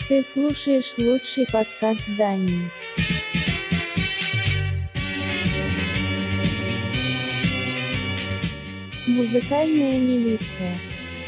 Ты слушаешь лучший подкаст Дании. Музыкальная милиция.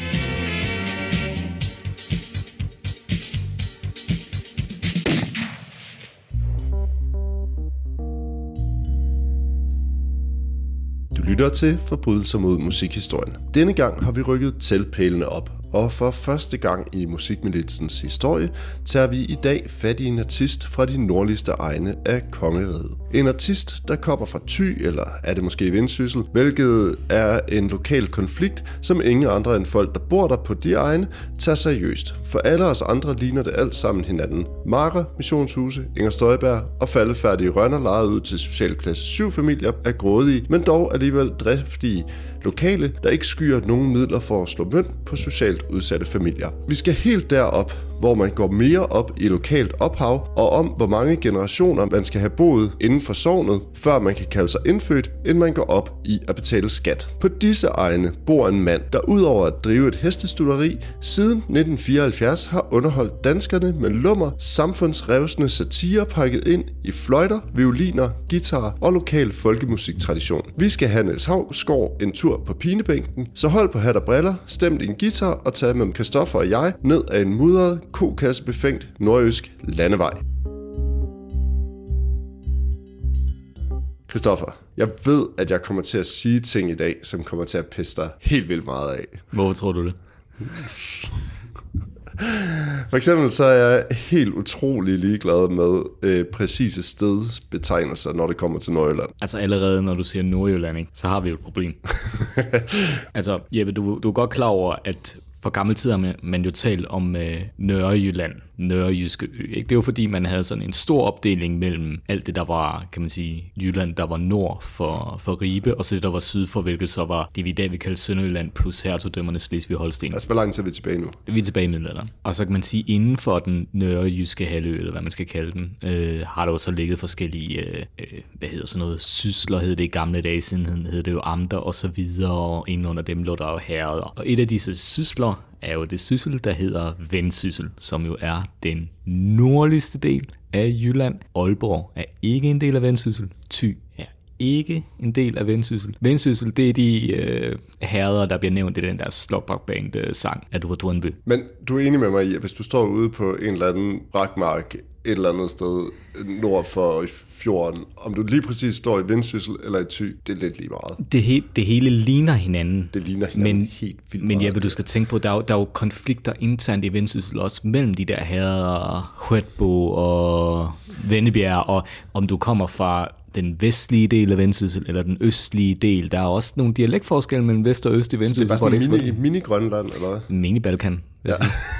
Du lytter til Forbrydelser mod musikhistorien. Denne gang har vi rykket teltpælene op, og for første gang i musikmilitsens historie tager vi i dag fat i en artist fra de nordligste egne af kongeriget. En artist, der kommer fra Thy, eller er det måske Vendsyssel, hvilket er en lokal konflikt, som ingen andre end folk, der bor der på de egne, tager seriøst. For alle os andre ligner det alt sammen hinanden. Mara, Missionshuse, Inger Støjberg og faldefærdige rønner lejet ud til socialklasse 7 familier er grådige, men dog alligevel driftige lokale, der ikke skyer nogen midler for at slå mønt på socialt udsatte familier. Vi skal helt derop, hvor man går mere op i lokalt ophav, og om hvor mange generationer man skal have boet inden for sognet, før man kan kalde sig indfødt, inden man går op i at betale skat. På disse egne bor en mand, der udover at drive et hestestutteri, siden 1974 har underholdt danskerne med lummer, samfundsrevsende satire pakket ind i fløjter, violiner, guitar og lokal folkemusiktradition. Vi skal have Niels Hausgaard en tur på pinebænken, så hold på hat og briller, stem din guitar og tag med Christoffer og jeg ned ad en mudret, kokassebefængt nordjysk landevej. Christoffer, jeg ved, at jeg kommer til at sige ting i dag, som kommer til at pisse dig helt vildt meget af. Hvorfor tror du det? For eksempel så er jeg helt utrolig ligeglad med præcise stedsbetegnelser, når det kommer til Nordjylland. Altså allerede når du siger Nordjylland, ikke, så har vi jo et problem. Altså Jeppe, du er godt klar over, at for gamle tid har man jo talt om Nørrejylland, Nørrejyske Ø. Ikke? Det er jo fordi, man havde sådan en stor opdeling mellem alt det, der var, kan man sige, Jylland, der var nord for Ribe, og så det, der var syd for, hvilket så var det, vi i dag vil kalde Sønderjylland, plus hertugdømmerne Slesvig-Holsten. Altså, hvor langt er vi tilbage nu? Vi er tilbage i middelalderen. Og så kan man sige, inden for den nørrejyske halvø, eller hvad man skal kalde den, har der jo så ligget forskellige, sysler hed det i gamle dage, siden hed det jo amter og så videre, og inden under dem lå der jo herreder. Og et af disse sysler er jo det syssel, der hedder Vendsyssel, som jo er den nordligste del af Jylland. Aalborg er ikke en del af Vendsyssel. Thy er ikke en del af Vendsyssel. Vendsyssel, det er de herreder, der bliver nævnt i den der Slåbak-band-sang af Duvre Tornby. Men du er enig med mig i, at hvis du står ude på en eller anden brakmark et eller andet sted nord for fjorden, om du lige præcis står i Vendsyssel eller i Thy, det er lidt lige meget. Det hele ligner hinanden. Det ligner hinanden helt vildt men meget. Jeppe, du skal tænke på, der er jo konflikter internt i Vendsyssel også, mellem de der herreder, Højtbo og Vennebjerg, og om du kommer fra den vestlige del af Vendsyssel, eller den østlige del. Der er også nogle dialektforskelle mellem vest og øst i Vendsyssel. Så det er bare sådan mini-Grønland, eller hvad? Mini-Balkan. Ja.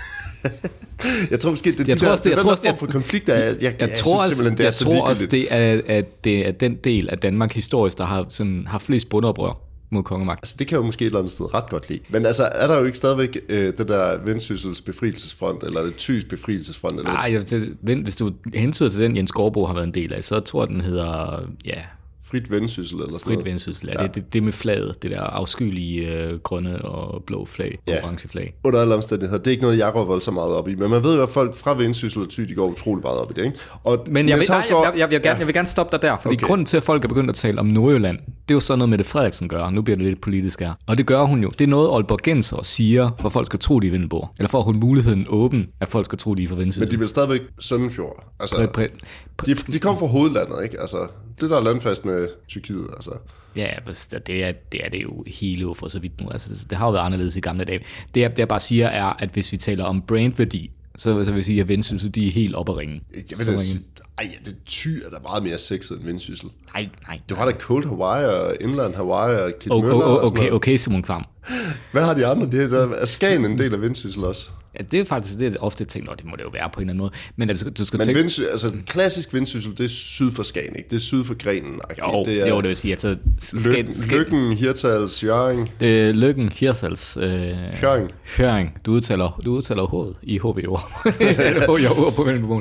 Jeg tror måske, det er den form for konflikter, jeg synes simpelthen, det er så ligegyldigt. Jeg tror også, det er den del af Danmark historisk, der har flest bondeoprør mod kongemagt. Altså det kan jo måske et eller andet sted ret godt lide. Men altså er der jo ikke stadigvæk det der Vendsyssels befrielsesfront, eller det Thys befrielsesfront? Nej, hvis du hensyder til den, Jens Gårdbo har været en del af, så tror jeg, den hedder, Frit Vendsyssel eller sådan noget. Frit Vendsyssel, ja. Det med flaget, det der afskyelige grønne og blå flag, og orange flag. Under alle omstændigheder, det er ikke noget, jeg går voldsomt meget op i, men man ved jo, at folk fra Vendsyssel og Thy, de går utrolig meget op i det, ikke? Men jeg vil gerne stoppe dig der, fordi grunden til, at folk er begyndt at tale om Nordjylland, det er jo sådan noget, Mette Frederiksen gør, nu bliver det lidt politisk her. Og det gør hun jo. Det er noget, aalborgenser siger, for folk skal tro, de er Vendelborg. Eller for at holde muligheden åben, at folk skal tro, de er fra Vendsyssel. Men de vil stadigvæk Søndenfjord. Altså, de kommer fra hovedlandet, ikke? Altså, det der er landfast med Tyrkiet, altså. Ja, det er det jo hele for så vidt nu. Altså, det har jo været anderledes i gamle dage. Det jeg bare siger er, at hvis vi taler om brandværdi, så vil jeg sige, at Vendsyssel, de er helt oppe at ringe. Det Thy er da meget mere sexet end Vendsyssel. Nej. Du har da Cold Hawaii og Indland Hawaii og Klitmøller og sådan noget. Okay, Simon Kvam. Hvad har de andre? Det er Skagen en del af Vendsyssel også. Ja, det er faktisk det er ofte tænkt, det må det jo være på en eller anden måde. Men altså, du skal tænke... altså klassisk Vendsyssel, det er syd for Skagen, ikke? Det er syd for Grenen. Jo, det vil sige, altså... Løkken, Hirtshals, Hjørring. Løkken, Hirtshals... Hjørring. Du udtaler hovedet i HVO. Eller på Vendelboen.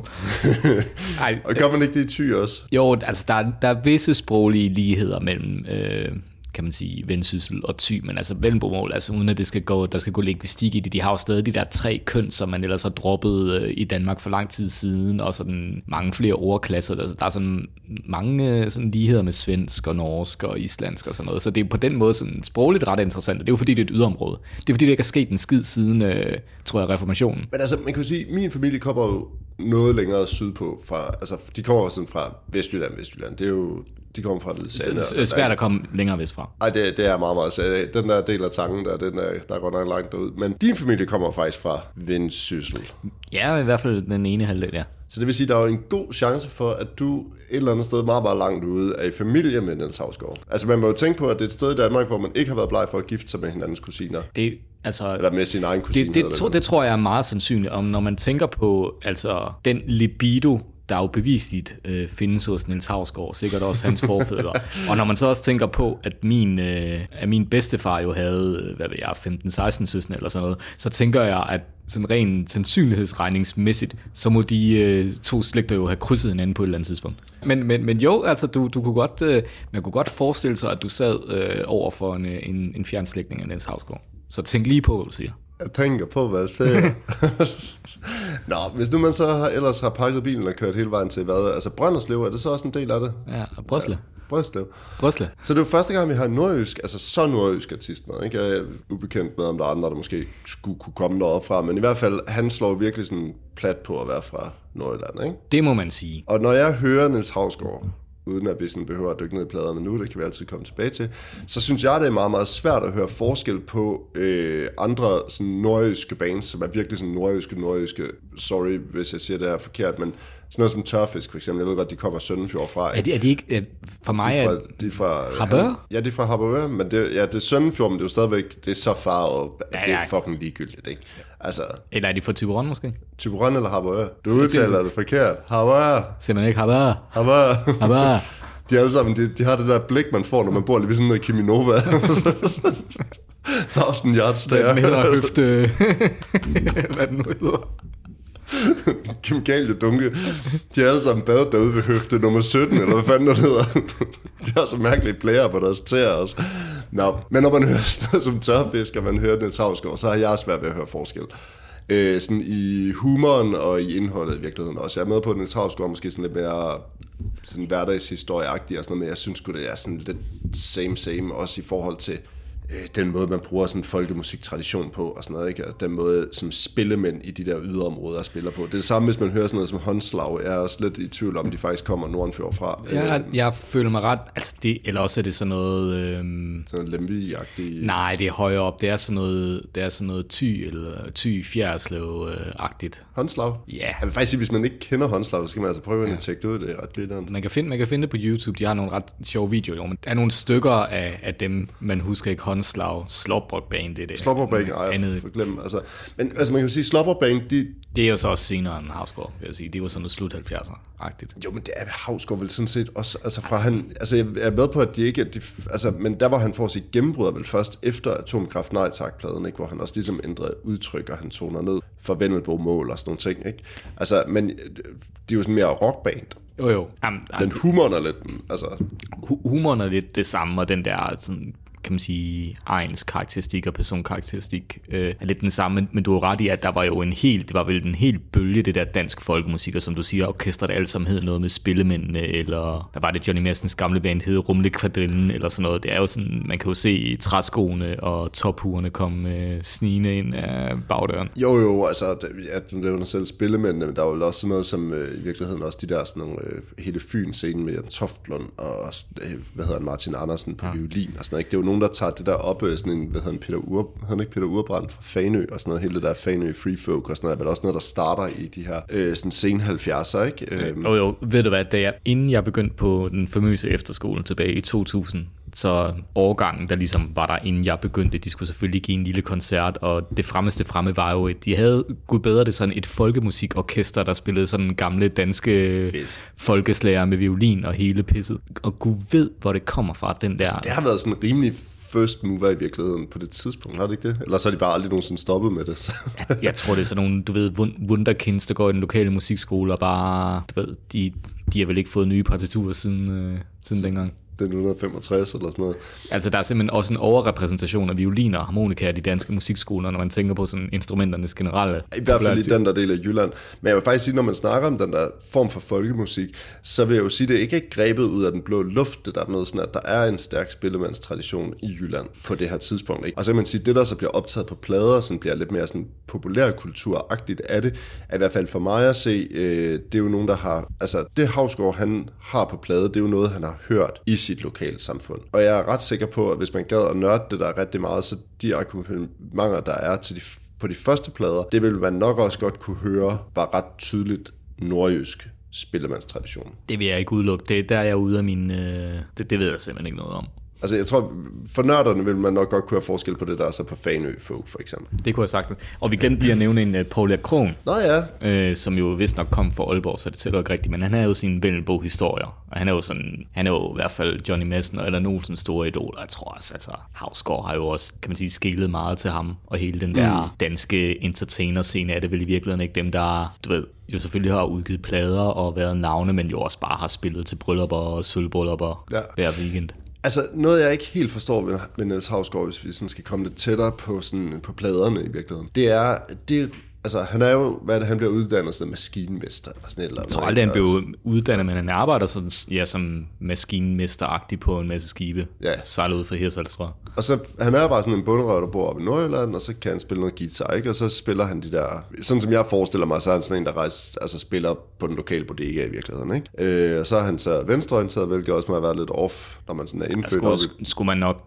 Og gør man ikke det i Thy også? Jo, altså der er visse sproglige ligheder mellem... kan man sige, Vendsyssel og Thy, men altså Vendelbomål, altså uden at der skal gå lingvistik i det. De har jo stadig de der 3 køn, som man ellers har droppet i Danmark for lang tid siden, og sådan mange flere ordklasser. Der er sådan mange sådan ligheder med svensk og norsk og islandsk og sådan noget. Så det er på den måde sådan sprogligt ret interessant, og det er jo fordi, det er et yderområde. Det er fordi, der ikke er sket en skid siden, tror jeg, reformationen. Men altså, man kan jo sige, at min familie kommer jo noget længere sydpå fra, altså de kommer jo sådan fra Vestjylland. Det er jo, de kommer fra det sande. Det er svært at komme længere vestfra. Ej, det er meget, meget svært. Den der del af tangen, der går nok langt derud. Men din familie kommer faktisk fra Vendsyssel. Ja, i hvert fald den ene halvdel, ja. Så det vil sige, at der er jo en god chance for, at du et eller andet sted meget, meget langt ude er i familie med Niels Hausgaard. Altså man må jo tænke på, at det er et sted i Danmark, hvor man ikke har været bleg for at gifte sig med hinandens kusiner. Eller med sin egen kusine. Det tror jeg er meget sandsynligt. Og når man tænker på altså, den libido, der jo bevisligt findes hos Niels Hausgaard, sikkert også hans forfædre. Og når man så også tænker på, at min bedstefar jo havde, 15-16 søskende eller sådan noget, så tænker jeg, at sådan rent sandsynlighedsregningsmæssigt, så må de 2 slægter jo have krydset hinanden på et eller andet tidspunkt. Men jo, altså du kunne godt, man kunne godt forestille sig, at du sad over for en fjernslægtning af Niels Hausgaard. Så tænk lige på, hvad du siger. Jeg tænker på, hvad jeg siger. Nå, hvis nu man så ellers har pakket bilen og kørt hele vejen til hvad? Altså Brønderslev, er det så også en del af det? Ja, Brøslev. Brøslev. Så det er jo første gang, vi har en nordjysk, altså så nordjysk artist med, ikke? Jeg er ubekendt med, om der er andre, der måske skulle kunne komme deroppe fra, men i hvert fald, han slår virkelig sådan plat på at være fra Nordjylland, ikke? Det må man sige. Og når jeg hører Niels Hausgaard, uden at vi sådan behøver at dykke ned i pladerne nu, det kan vi altid komme tilbage til, så synes jeg, det er meget, meget svært at høre forskel på andre sådan nordjyske bands, som er virkelig sådan nordjyske, sorry, hvis jeg siger det her forkert, men sådan noget som Tørfisk for eksempel, jeg ved godt, de kommer Søndenfjord fra. Er de ikke, for mig de er fra Harboøre? Ja, de er fra Harboøre, men det er Søndenfjord, men det er jo stadigvæk, det er så far, og det er fucking ligegyldigt, ikke? Altså, eller er de fra Thyborøn måske? Thyborøn eller Harboøre? Du udtaler det forkert. Harboøre. Ser man ikke Harboøre? Harboøre. De er alle sammen, de har det der blik, man får, når man bor lige ved sådan noget Kiminova. Der er også en hjertestager. Den hedder høfte... Hvad den nu hedder? Kemikaliedunke. De er alle sammen badet derude ved høfte nummer 17, eller hvad fanden det hedder. De har så mærkelige blære på deres tæer også. Nå, men når man hører sådan noget som Tørfisk, og man hører Niels Hausgaard, så har jeg svært ved at høre forskel. Sådan i humoren og i indholdet i virkeligheden også. Jeg er med på, at Niels Hausgaard måske sådan lidt mere sådan hverdagshistorieagtig og sådan noget, men jeg synes sgu, det er sådan lidt same, også i forhold til den måde, man bruger sådan folkemusiktradition på og sådan noget, ikke? Og den måde, som spillemænd i de der yderområder spiller på. Det er det samme, hvis man hører sådan noget som Håndslag. Jeg er også lidt i tvivl om, de faktisk kommer Nordenfjord fra. Jeg føler mig ret, altså det, eller også er det sådan noget... Sådan Lemvig-agtigt. Nej, det er højere op. Det er sådan noget Thy eller Thy-Fjerdslev-agtigt. Håndslag? Ja. Jeg vil faktisk sige, hvis man ikke kender Håndslag, så skal man altså prøve at tjekke det ud. Det er ret glitteren. Man kan finde det på YouTube. De har nogle ret sjove videoer. Men der er nogle stykker af dem, man husker ikke. Håndslag, Slåbrok-band, det er det. Slåbrok-band, jeg forglemme. Altså, men altså, man kan jo sige, Slåbrok-band, det er jo så også senere end Hausgaard, vil jeg sige. Det var sådan noget slut 70'er-agtigt. Jo, men det er Hausgaard vel sådan set også, altså fra han, altså jeg er med på, at de ikke, altså, men der var han for sit gennembrud vel først efter Atomkraft Nej Tak-pladen, ikke, hvor han også ligesom ændrede udtryk, og han toner ned for Vendelbomål og sådan nogle ting, ikke? Altså, men det er jo sådan mere rockband. Jo. Men humoren er lidt, altså... Humoren er lidt det samme, og den der sådan, kan man sige, egens karakteristik og personkarakteristik er lidt den samme, men du har ret i, at der var jo det var vel en hel bølge, det der dansk folkemusik, og som du siger, orkestret alt sammen hed noget med Spillemændene, eller der var det Johnny Madsens gamle band, hed Rumle-Kvadrillen, eller sådan noget. Det er jo sådan, man kan jo se træskoene og tophurene komme snigende ind af bagdøren. Jo, altså, du nævner selv Spillemændene, men der er jo også sådan noget som i virkeligheden også de der sådan nogle hele Fyn-scenen med Jan Toftlund og Martin Andersen på violin og sådan noget, ikke? Det er jo nogen, der tager det der op, sådan en, Peter Urbrand fra Fanø, og sådan noget, hele det der Fanø Free Folk, og sådan noget, men også noget, der starter i de her sådan sen 70'er, ikke? Jo, ved du hvad, inden jeg begyndte på den famøse efterskole tilbage i 2000, så årgangen, der ligesom var der, inden jeg begyndte, de skulle selvfølgelig give en lille koncert, og det fremmeste fremme var jo, at de havde gud bedre det sådan et folkemusikorkester, der spillede sådan gamle danske folkeslager med violin og hele pisset. Og gud ved, hvor det kommer fra, den der... Altså, det har været sådan rimelig first mover i virkeligheden på det tidspunkt, har det ikke det? Eller så er de bare aldrig nogensinde stoppet med det. Jeg tror, det er sådan nogle, du ved, wunderkinds, der går i den lokale musikskole, og bare, du ved, de har vel ikke fået nye partiturer siden dengang. 1965 eller sådan noget. Altså, der er simpelthen også en overrepræsentation af violiner og harmonikaer i de danske musikskoler, når man tænker på sådan instrumenternes generelle. I hvert fald i den der del af Jylland. Men jeg vil faktisk sige, når man snakker om den der form for folkemusik, så vil jeg jo sige, at det ikke er grebet ud af den blå luft, det der med sådan, at der er en stærk spillemandstradition i Jylland på det her tidspunkt. Ikke? Og så kan man sige, at det der så bliver optaget på plader, som bliver lidt mere sådan populærkulturagtigt af det, er i hvert fald for mig at se, det er jo nogen, der har, altså det Hausgaard, han har på plade, det er jo noget, han har hørt i sit lokale samfund. Og jeg er ret sikker på, at hvis man gad at nørde det der rigtig meget, så de akkompagnementer, der er til på de første plader, det vil man nok også godt kunne høre, var ret tydeligt nordjysk spillemandstradition. Det vil jeg ikke udelukke. Det er der, jeg er ude af min... Det ved jeg simpelthen ikke noget om. Altså, jeg tror, for nørderne vil man nok godt kunne have forskel på det der, så på Fanø Folk, for eksempel. Det kunne jeg sagt. Og vi glemte lige at nævne en Poul Erik Krohn. Nå ja. Som jo vist nok kom fra Aalborg, så det tæller ikke rigtigt. Men han har jo sine Vendelbo-historier. Og han er jo i hvert fald Johnny Madsen eller Olsens store idol. Og jeg tror også, altså Hausgaard har jo også, kan man sige, skælet meget til ham. Og hele den der danske entertainer-scene er det vel i virkeligheden ikke dem, der, du ved, jo selvfølgelig har udgivet plader og været navne, men jo også bare har spillet til bryllupper og sølvbryllupper hver weekend. Altså, noget jeg ikke helt forstår ved Niels Hausgaard, hvis vi sådan skal komme lidt tættere på pladerne i virkeligheden, det er altså, han er jo, han bliver uddannet som maskinmester eller sådan et eller andet. Jeg tror aldrig, han blev uddannet, men han arbejder sådan, som maskinmesteragtig på en masse skibe. Ja. Sejler ud fra Hirtshals, tror jeg. Og så, han er bare sådan en bunderøv, der bor oppe i Nordjylland, og så kan han spille noget guitar, ikke? Og så spiller han de der, sådan som jeg forestiller mig, så er han sådan en, der altså spiller på den lokale bodega i virkeligheden, ikke? Og så er han så venstreorienteret, hvilket også må have været lidt off, når man sådan er indfødt. Skulle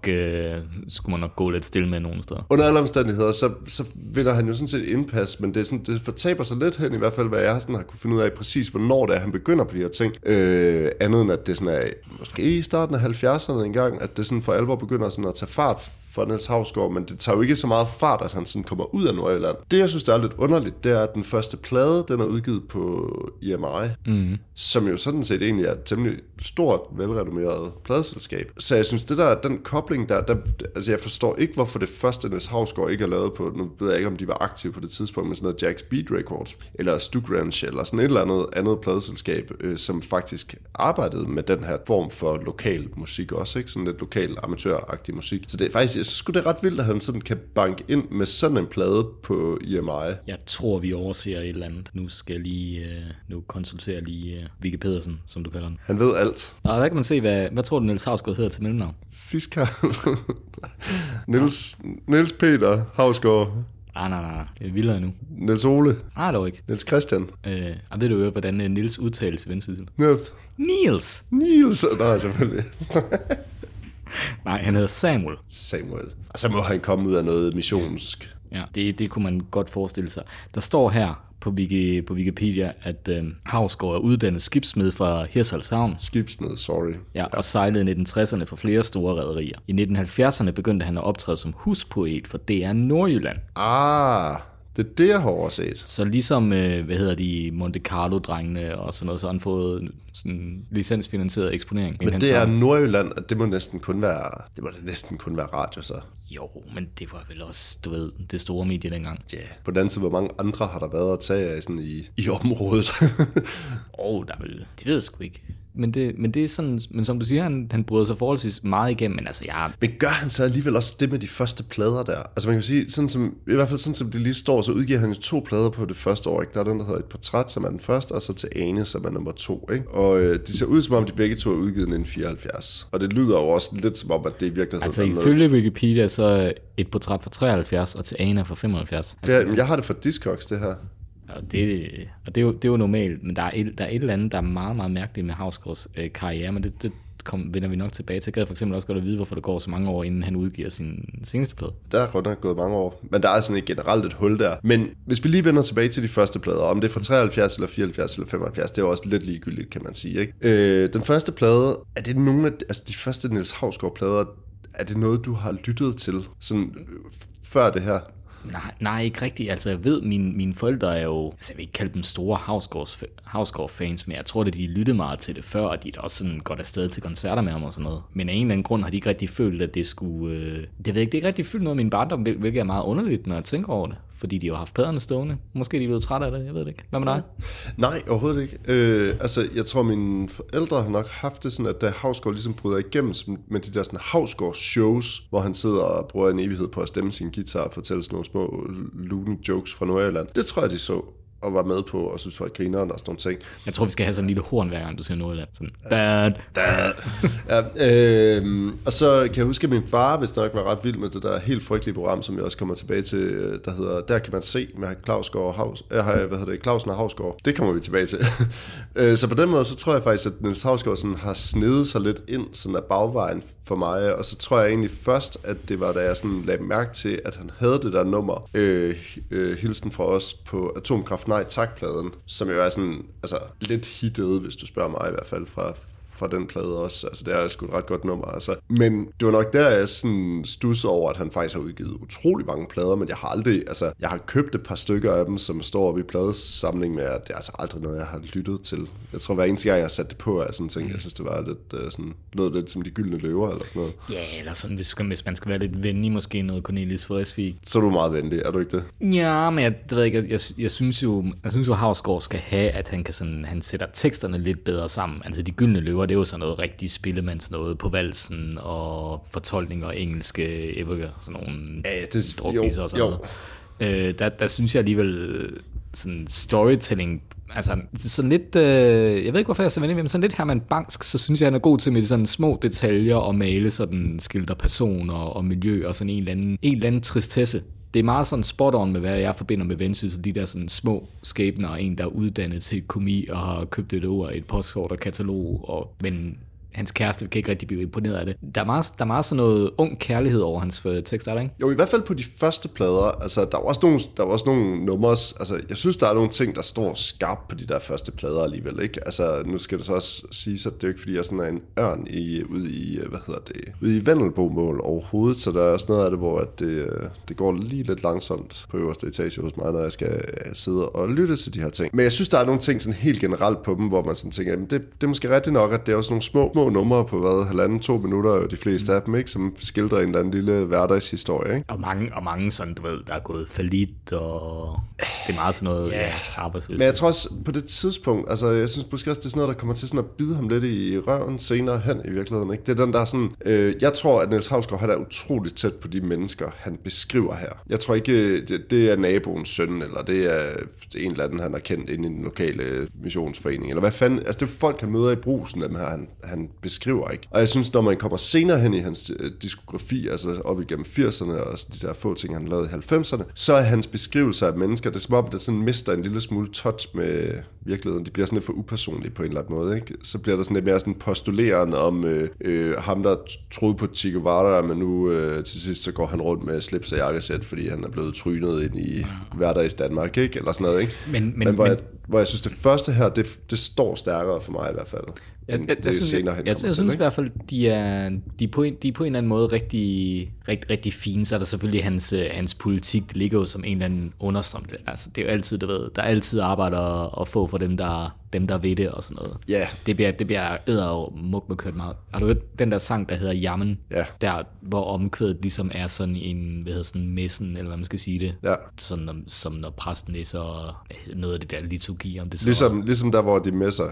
man nok gå lidt stille med nogle steder. Under alle omstændigheder, så vinder han jo sådan set indpas, men det fortaber sig lidt hen, i hvert fald, hvad jeg sådan har kunne finde ud af præcis, hvornår det er, han begynder på de her ting. Andet end, at det sådan er, måske i starten af 70'erne engang, at det sådan for alvor begynder sådan at tage fart for Niels Hausgaard, men det tager jo ikke så meget fart, at han sådan kommer ud af Nordjylland. Det, jeg synes, der er lidt underligt, det er, at den første plade, den er udgivet på EMI, som jo sådan set egentlig er et temmelig stort, velrenommeret pladeselskab. Så jeg synes, det der, den kobling der, altså jeg forstår ikke, hvorfor det første Niels Hausgaard ikke er lavet på, nu ved jeg ikke, om de var aktive på det tidspunkt, med sådan noget Jack's Beat Records, eller Stug Ranch, eller sådan et eller andet pladeselskab, som faktisk arbejdede med den her form for lokal musik også, ikke? Sådan lidt lokal amatøragtig musik. Så det er faktisk, jeg synes det er ret vildt, at han sådan kan banke ind med sådan en plade på EMI. Jeg tror, vi overser et eller andet. Nu skal jeg lige, nu konsulterer lige Vigge Pedersen, som du kalder den. Han ved alt. Og der kan man se, hvad tror du, Niels Hausgaard hedder til mellemnavn? Fiskar. Niels Peter Hausgaard. Nej. Det er vildere nu. Niels Ole. Nej, dog ikke. Niels Christian. Og ved du jo, hvordan Niels udtales i Vendsyssel? Niels. Nej, selvfølgelig. Nej, han hedder Samuel. Og så må han komme ud af noget missionsk. Ja, det kunne man godt forestille sig. Der står her på Wikipedia, at Hausgaard er uddannet skibsmed fra Hirtshals Havn. Skibsmed, sorry. Ja, og sejlede i 1960'erne for flere store rederier. I 1970'erne begyndte han at optræde som huspoet for DR Nordjylland. Det er det, jeg har overset. Så ligesom, Monte Carlo-drengene og sådan noget, så har han fået sådan licensfinansieret eksponering. Men det er Nordjylland, og det må næsten kun være radio, så. Jo, men det var vel også, du ved, det store medie dengang. Ja, på den anden side, hvor mange andre har der været at tage af sådan i området? Der er vel, det ved jeg sgu ikke. Men det er sådan, men som du siger, han bryder sig forholdsvis meget igennem, men altså Men gør han så alligevel også det med de første plader der? Altså man kan sige, i hvert fald sådan som det lige står, så udgiver han jo 2 plader på det første år, ikke? Der er den, der hedder Et Portræt, som er den første, og så Til Ane, som er nummer 2, ikke? Og de ser ud som om, de begge to er udgivet i 1974. Og det lyder jo også lidt som om, at det i virkeligheden... Altså ifølge Wikipedia, så Et Portræt fra 73, og Til Ane fra 75. Jeg har det fra Discogs, det her. Og det er jo normalt, men der er et eller andet, der er meget, meget mærkeligt med Hausgaards karriere, men det vender vi nok tilbage til. Jeg gad for eksempel også godt at vide, hvorfor det går så mange år, inden han udgiver sin seneste plade. Der er godt nok gået mange år, men der er sådan et generelt et hul der. Men hvis vi lige vender tilbage til de første plader, om det er fra 73 eller 74 eller 75, det er jo også lidt ligegyldigt, kan man sige, ikke? Den første plade, er det nogle af de første Niels Hausgaard plader, er det noget, du har lyttet til sådan før det her? Nej, ikke rigtigt. Altså, jeg ved, mine forældre er jo... Altså, jeg vil ikke kalde dem store Hausgaard-fans, men jeg tror, at de lyttede meget til det før, og de er også sådan godt afsted til koncerter med ham og sådan noget. Men af en eller anden grund har de ikke rigtig følt, at det skulle... Det ved jeg ikke, det er ikke rigtig følt noget af min barndom, hvilket er meget underligt, når jeg tænker over det. fordi de har haft pladerne stående. Måske de er blevet trætte af det, jeg ved det ikke. Hvad med dig? Nej, overhovedet ikke. Jeg tror, mine forældre har nok haft det sådan, at da Hausgaard ligesom bryder igennem med de der sådan Hausgaard-shows, hvor han sidder og bruger en evighed på at stemme sin guitar og fortælle sådan nogle små loony jokes fra Nordjylland. Det tror jeg, de så og var med på, og synes var grineren og sådan nogle ting. Jeg tror, vi skal have sådan en lille horn, hver gang du siger Nordjylland. Sådan, dad. Og så kan jeg huske, at min far, hvis nok var ret vild med det der helt frygtelige program, som jeg også kommer tilbage til, der hedder Der kan man se, med Clausen og Hausgaard. Det kommer vi tilbage til. Så på den måde, så tror jeg faktisk, at Niels Hausgaard sådan har snedet sig lidt ind sådan af bagvejen for mig, og så tror jeg egentlig først, at det var, da jeg sådan lagde mærke til, at han havde det der nummer, Hilsen fra os på Atomkraft Nej Tak-pladen, som jo er sådan, altså lidt hittet, hvis du spørger mig i hvert fald, fra den plade også. Altså, det er sgu et ret godt nummer, altså. Men det var nok der, jeg sådan stussede over, at han faktisk har udgivet utrolig mange plader, men jeg har aldrig, altså, jeg har købt et par stykker af dem, som står oppe i pladesamling med, at det er altså aldrig noget, jeg har lyttet til. Jeg tror, hver eneste gang, jeg har sat det på, er sådan ting, jeg synes, det var lidt sådan, lød lidt som De Gyldne Løver, eller sådan noget. Ja, eller sådan, hvis man skal være lidt venlig, måske noget Cornelis Vreeswijk. Så er du meget venlig, er du ikke det? Ja, men jeg ved ikke, jeg synes jo, Hausgaard skal have, at han kan sådan, han sætter teksterne lidt bedre sammen. Altså, De Gyldne Løver, det er jo sådan noget rigtig spillemands noget på valsen og fortolkning og engelske epoker, sådan nogle drukviser og sådan noget. Der synes jeg alligevel sådan storytelling, altså sådan lidt, jeg ved ikke hvorfor jeg er så venlig, men sådan lidt Herman Bangsk, så synes jeg han er god til med sådan små detaljer og male sådan skildre personer og miljø og sådan en eller anden tristesse. Det er meget sådan spot on med, hvad jeg forbinder med Vendsyssel, de der sådan små skæbner, og en, der er uddannet til komi og har købt et ord, et postkort og katalog, men hans kæreste kan ikke rigtig blive imponeret af det. Der er meget sådan noget ung kærlighed over hans tekster, er der ikke? Jo, i hvert fald på de første plader. Altså, der var også nogle nummers. Altså, jeg synes, der er nogle ting, der står skarpt på de der første plader alligevel, ikke? Altså, nu skal det så også siges, at det er jo ikke, fordi jeg sådan er en ørn ude i Vendelbo-mål overhovedet, så der er også noget af det, hvor at det går lige lidt langsomt på øverste etage hos mig, når jeg skal sidde og lytte til de her ting. Men jeg synes, der er nogle ting sådan helt generelt på dem, hvor man sådan tænker, jamen, det er måske rigtigt nok, at det er også nogle små numre på 1,5-2 minutter, jo de fleste af dem, ikke? Som skildrer en eller anden lille hverdagshistorie, ikke? Og mange sådan, du ved, der er gået fallit, og det er meget sådan noget arbejdsløshed. Men jeg tror også, på det tidspunkt, altså jeg synes måske også, det er sådan noget, der kommer til sådan at bide ham lidt i røven senere hen i virkeligheden, ikke? Det er den der sådan, jeg tror, at Niels Hausgaard, han er utroligt tæt på de mennesker, han beskriver her. Jeg tror ikke, det er naboens søn, eller det er en eller anden, han har kendt inde i den lokale missionsforening, eller hvad fanden, altså det er folk, han møder i Brugsen, dem her, han beskriver, ikke? Og jeg synes, når man kommer senere hen i hans diskografi, altså op igennem 80'erne og de der få ting, han lavede i 90'erne, så er hans beskrivelser af mennesker, det er som om, det sådan mister en lille smule touch med virkeligheden. De bliver sådan lidt for upersonlige på en eller anden måde, ikke? Så bliver der sådan lidt mere sådan postulerende om ham, der troede på Che Guevara, men nu til sidst så går han rundt med slips og jakkesæt, fordi han er blevet trynet ind i hverdags Danmark, ikke? Eller sådan noget, ikke? Men hvor jeg synes, det første her, det står stærkere for mig i hvert fald. Jeg synes i hvert fald, de er på en eller anden måde rigtig fine. Så er der selvfølgelig hans politik, det ligger jo som en eller anden understrøm. Altså, det er jo altid, du ved, der er altid arbejder at få for dem, der ved det og sådan noget. Ja. Yeah. Det bliver eddermuk med kørt meget. Har du hørt den der sang, der hedder Jammen? Ja. Yeah. Der, hvor omkvædet ligesom er sådan en, messen, eller hvad man skal sige det. Ja. Yeah. Sådan som når præsten læser noget af det der liturgi om det så. Ligesom der, hvor de messer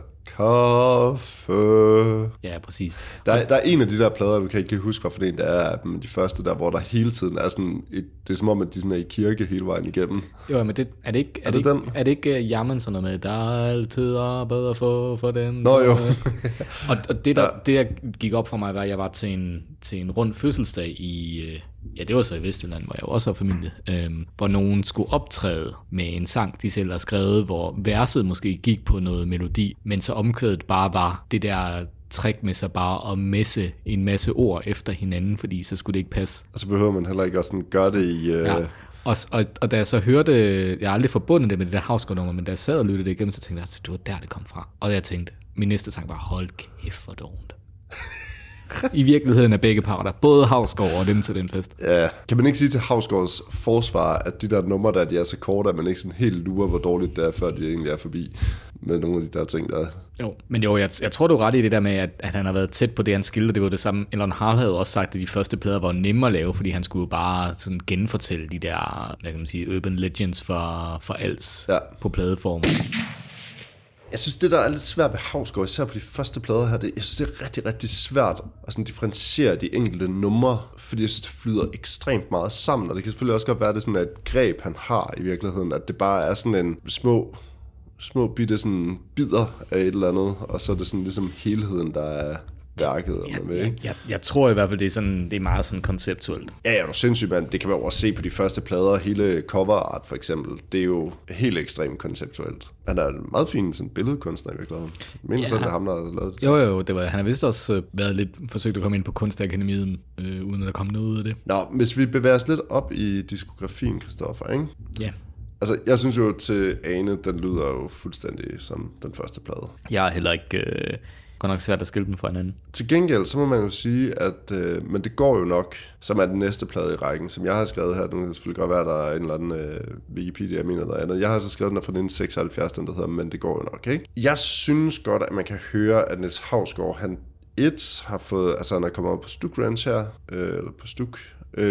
kaffe. Ja, præcis. Der er en af de der plader, du kan ikke huske, hvad for en det er, men de første der, hvor der hele tiden er sådan det er som om, at de sådan er i kirke hele vejen igennem. Jo, men er det ikke jammen sådan noget med, der er altid arbejde for den. Nå jo. og det der gik op for mig, var, at jeg var til en rund fødselsdag i, det var så i Vestjylland, hvor jeg også har familie, hvor nogen skulle optræde med en sang, de selv har skrevet, hvor verset måske gik på noget melodi, men så omkvædet bare var det der træk med sig bare at messe en masse ord efter hinanden, fordi så skulle det ikke passe. Og så behøver man heller ikke at sådan gøre det i... Ja. Og da jeg så hørte, jeg har aldrig forbundet det med det der Hausgaard-nummer, men da jeg sad og lyttede det igennem, så tænkte jeg, at det var der, det kom fra. Og jeg tænkte, min næste sang var, hold kæft for dårligt. i virkeligheden af begge parter. Både Hausgaard og dem til den fest. Ja, kan man ikke sige til Hausgaards forsvar, at de der numre, der de er så korte, at man ikke sådan helt lurer, hvor dårligt det er, før de egentlig er forbi med nogle af de der ting, der... Jo, men jo, jeg tror, du er ret i det der med, at han har været tæt på det, han skildrer. Det var det samme. Elon Hall havde også sagt, at de første plader var nemme at lave, fordi han skulle bare sådan genfortælle de der, hvad kan man sige, urban legends for alts på pladeform. Jeg synes, det der er lidt svært ved Hausgaard, især på de første plader her, jeg synes, det er rigtig, rigtig svært at sådan differentiere de enkelte numre, fordi jeg synes, det flyder ekstremt meget sammen, og det kan selvfølgelig også godt være, det sådan et greb, han har i virkeligheden, at det bare er sådan en små bitte sådan bidder af et eller andet, og så er det sådan ligesom helheden, der er værket. Jeg tror i hvert fald, det er meget sådan konceptuelt. Ja, du er sindssygt, mand. Det kan man også se på de første plader. Hele cover art for eksempel, det er jo helt ekstremt konceptuelt. Han er en meget fin sådan billedkunstner i virkeligheden. Men sådan er ham, der har lavet det. Jo, han har vist også været lidt forsøgt at komme ind på Kunstakademiet, uden at der kom noget ud af det. Nå, hvis vi bevæger os lidt op i diskografien, Christoffer, ikke? Ja. Altså, jeg synes jo til Ane, den lyder jo fuldstændig som den første plade. Jeg er heller ikke... godt nok svært at skille dem fra hinanden. Til gengæld, så må man jo sige, at men det går jo nok, som er den næste plade i rækken, som jeg har skrevet her. Nu kan det selvfølgelig godt være, der er en eller anden Wikipedia, jeg mener noget andet. Jeg har så skrevet den her fra 1976, den der hedder, men det går jo nok, ikke? Jeg synes godt, at man kan høre, at Niels Hausgaard, han har fået, altså han er kommet op på Stuk Ranch her, eller på Stuk,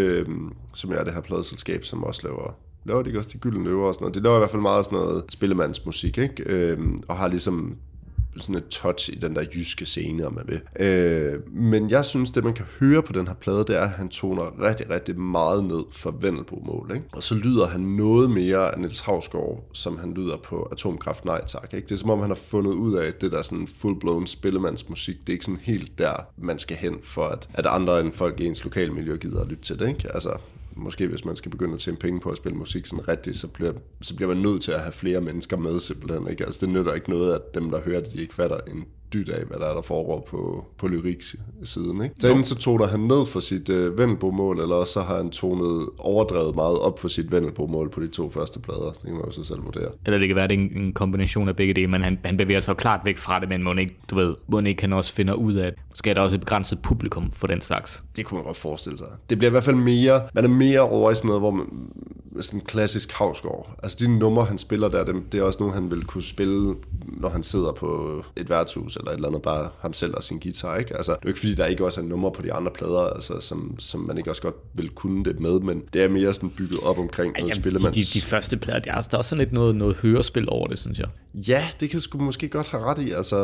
som er det her pladeselskab, som også laver de også de gyldne løver og sådan noget. De laver i hvert fald meget sådan noget spillemandsmusik, ikke? Og har ligesom sådan et touch i den der jyske scene, om man vil. Men jeg synes, det man kan høre på den her plade, det er, at han toner rigtig, rigtig meget ned for Vendelbo-mål, ikke? Og så lyder han noget mere af Niels Hausgaard, som han lyder på Atomkraft Nej Tak, ikke? Det er som om, han har fundet ud af, at det der sådan full-blown spillemandsmusik, det er ikke sådan helt der, man skal hen for, at andre end folk i ens lokalmiljø gider at lytte til det, ikke? Altså, måske hvis man skal begynde at tjene penge på at spille musik sådan rigtigt, så bliver man nødt til at have flere mennesker med simpelthen, ikke? Altså det nytter ikke noget, at dem der hører det, de ikke fatter en dyt af, hvad der foregår på lyrik-siden, ikke? Så enten så toner han ned for sit Vendelbo-mål, eller også så har han tonet overdrevet meget op for sit Vendelbo-mål på de to første plader. Det kan man jo så selv vurdere. Eller det kan være, det er en kombination af begge dele, men han bevæger sig jo klart væk fra det, men må ikke kan også finde ud af, at måske er der også et begrænset publikum for den slags. Det kunne man godt forestille sig. Det bliver i hvert fald mere, man er mere over i sådan noget, hvor man sådan en klassisk Hausgaard. Altså de numre, han spiller der, det er også nogle, han vil kunne spille, når han sidder på et værtshus, eller et eller andet, bare ham selv og sin guitar, ikke? Altså, det er jo ikke fordi, der ikke også er numre på de andre plader, altså, som man ikke også godt vil kunne det med, men det er mere sådan bygget op omkring noget spillemands... De første plader, der er også sådan lidt noget hørespil over det, synes jeg. Ja, det kan sgu måske godt have ret i, altså...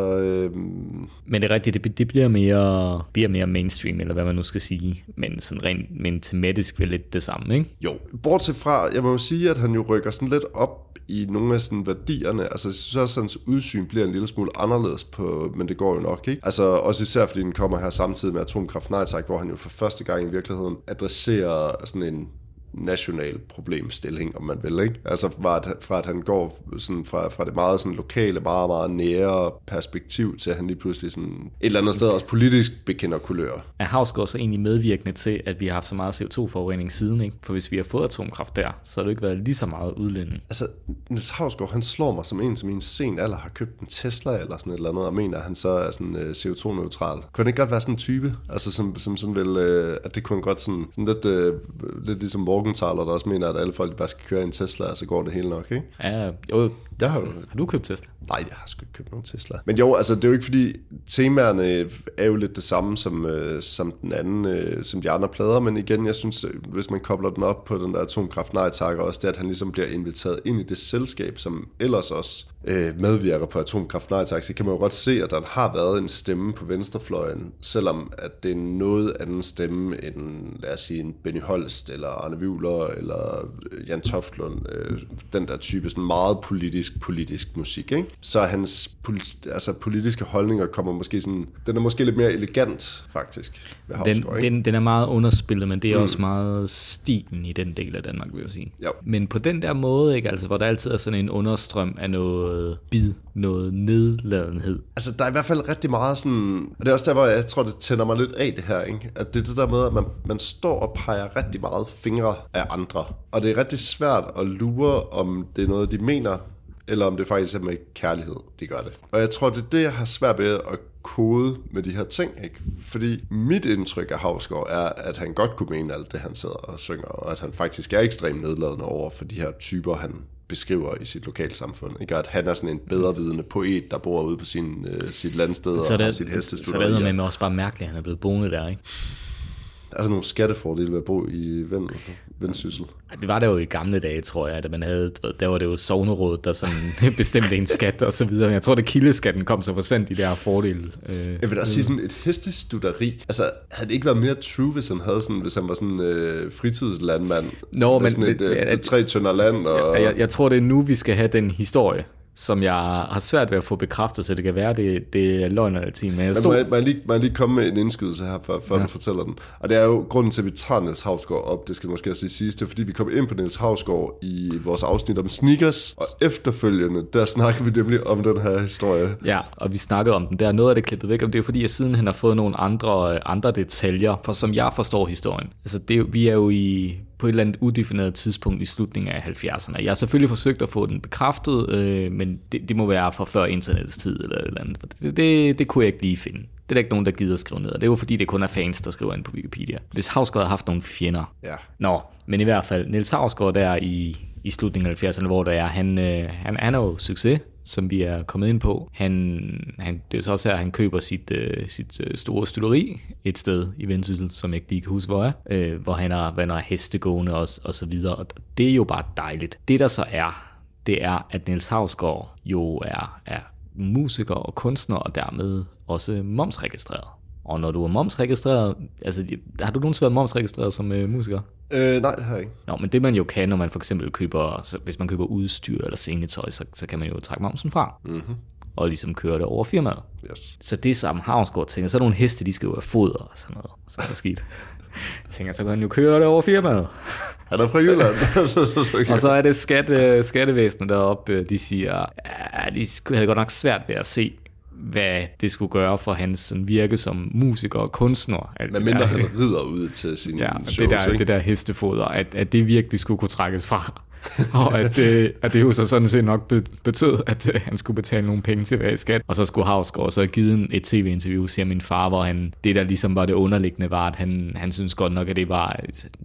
Men det er rigtigt, det bliver mere mainstream, eller hvad man nu skal sige, men sådan rent tematisk vel lidt det samme, ikke? Jo, bortset fra, jeg må jo sige, at han jo rykker sådan lidt op i nogle af sådan værdierne, altså jeg synes også, at hans udsyn bliver en lille smule anderledes på, men det går jo nok, ikke? Altså også især fordi den kommer her samtidig med Atomkraft Nej Tak, hvor han jo for første gang i virkeligheden adresserer sådan en national problemstilling, om man vil, ikke? Altså fra at han går sådan fra det meget sådan lokale, meget, meget nære perspektiv til at han lige pludselig sådan et eller andet sted også politisk bekender kulør. Er Hausgaard så egentlig medvirkende til, at vi har haft så meget CO2-forurening siden, ikke? For hvis vi har fået atomkraft der, så har det ikke været lige så meget udledning. Altså, Niels Hausgaard, han slår mig som en i en sen alder har købt en Tesla eller sådan et eller andet, og mener, at han så er sådan CO2-neutral. Kunne det ikke godt være sådan en type? Altså, som sådan vel, at det kunne godt sådan lidt ligesom Morgenthaler, der også mener, at alle folk bare skal køre i en Tesla, og så går det hele nok, ikke? Ja, jo. Har du købt Tesla? Nej, jeg har sgu ikke købt nogen Tesla. Men jo, altså det er jo ikke fordi, temaerne er jo lidt det samme som den anden, som de andre plader, men igen, jeg synes, hvis man kobler den op på den der Atomkraft Nej Tak, også det, at han ligesom bliver inviteret ind i det selskab, som ellers også medvirker på Atomkraft Nej Tak, så kan man jo godt se, at der har været en stemme på venstrefløjen, selvom at det er noget anden stemme end, lad os sige, en Benny Holst, eller Arne Wühler, eller Jan Toftlund, den der type, sådan meget politisk musik, ikke? Så hans politiske holdninger kommer måske sådan, den er måske lidt mere elegant, faktisk, ved Hausgaard, ikke? Den er meget underspillet, men det er også meget stilen i den del af Danmark, vil jeg sige. Jo. Men på den der måde, ikke? Altså, hvor der altid er sådan en understrøm af noget bid, noget nedladenhed. Altså, der er i hvert fald rigtig meget sådan, og det er også der, hvor jeg tror, det tænder mig lidt af det her, ikke? At det er det der med, at man står og peger rigtig meget fingre af andre, og det er rigtig svært at lure, om det er noget, de mener, eller om det faktisk er med kærlighed, de gør det. Og jeg tror, det er det, jeg har svært ved at kode med de her ting, ikke? Fordi mit indtryk af Hausgaard er, at han godt kunne mene alt det, han sidder og synger, og at han faktisk er ekstremt nedladende over for de her typer, han beskriver i sit lokalsamfund. Ikke? At han er sådan en bedrevidende poet, der bor ude på sit landsted og har sit hestestuderi. Så det er med også bare mærkeligt, at han er blevet boende der, ikke? Er der nogle skattefordele ved at bo i Vendsyssel? Det var der jo i gamle dage, tror jeg, da man havde, der var det jo sognerådet, der sådan bestemte en skat og så videre. Men jeg tror, da kildeskatten kom, så forsvandt de der fordele. Jeg vil også sige sådan et hestestuderi. Altså, havde det ikke været mere true, hvis han var sådan fritidslandmand? Men sådan et 3 tønder land. Og... Jeg tror, det er nu, vi skal have den historie, som jeg har svært ved at få bekræftet, så det kan være, det er løgn eller ting. Men må jeg lige komme med en indskydelse her, før du fortæller den. Og det er jo grunden til, at vi tager Niels Hausgaard op, det skal måske også siges, det er, fordi vi kom ind på Niels Hausgaard i vores afsnit om sneakers, og efterfølgende, der snakker vi nemlig om den her historie. Ja, og vi snakkede om den. Der er noget af det klippet væk, om det er fordi, at siden han har fået nogle andre detaljer, for som jeg forstår historien. Altså, vi er jo på et eller andet udefineret tidspunkt i slutningen af 70'erne. Jeg har selvfølgelig forsøgt at få den bekræftet, men det må være fra før internettets tid eller et eller andet. Det kunne jeg ikke lige finde. Det er der ikke nogen, der gider at skrive ned. Det er jo fordi, det kun er fans, der skriver ind på Wikipedia. Hvis Hausgaard havde haft nogle fjender. Ja. Men i hvert fald, Niels Hausgaard der i slutningen af 70'erne, hvor der er, han er jo succes, som vi er kommet ind på. Det er så også her, han køber sit store stuteri et sted i Vendsyssel, som jeg ikke lige kan huske, hvor er, hvor han har hestegående og så videre. Og det er jo bare dejligt. Det der så er, det er, at Niels Hausgaard jo er musiker og kunstner, og dermed også momsregistreret. Og når du er momsregistreret, altså har du nogensinde været momsregistreret som musiker? Nej, det har jeg ikke. Men det man jo kan, når man for eksempel hvis man køber udstyr eller scenetøj, så kan man jo trække momsen fra. Mm-hmm. Og ligesom køre det over firmaet. Yes. Så det som Hausgaard tænker, så er nogle heste, de skal jo have foder og sådan noget. Så er det skidt. Jeg tænker, så kan han jo køre det over firmaet. Han er fra Jylland. Og så er det skattevæsenet deroppe, de siger, de havde godt nok svært ved at se, hvad det skulle gøre for hans sådan, virke som musiker og kunstner. Men mindre han rider ud til sine shows, det der hestefoder, at det virkelig skulle kunne trækkes fra. Og at det jo så sådan set nok betød, at han skulle betale nogle penge til hver skat. Og så skulle Hausgaard så have givet et tv-interview, siger min far, hvor det der ligesom var det underliggende var, at han synes godt nok, at det var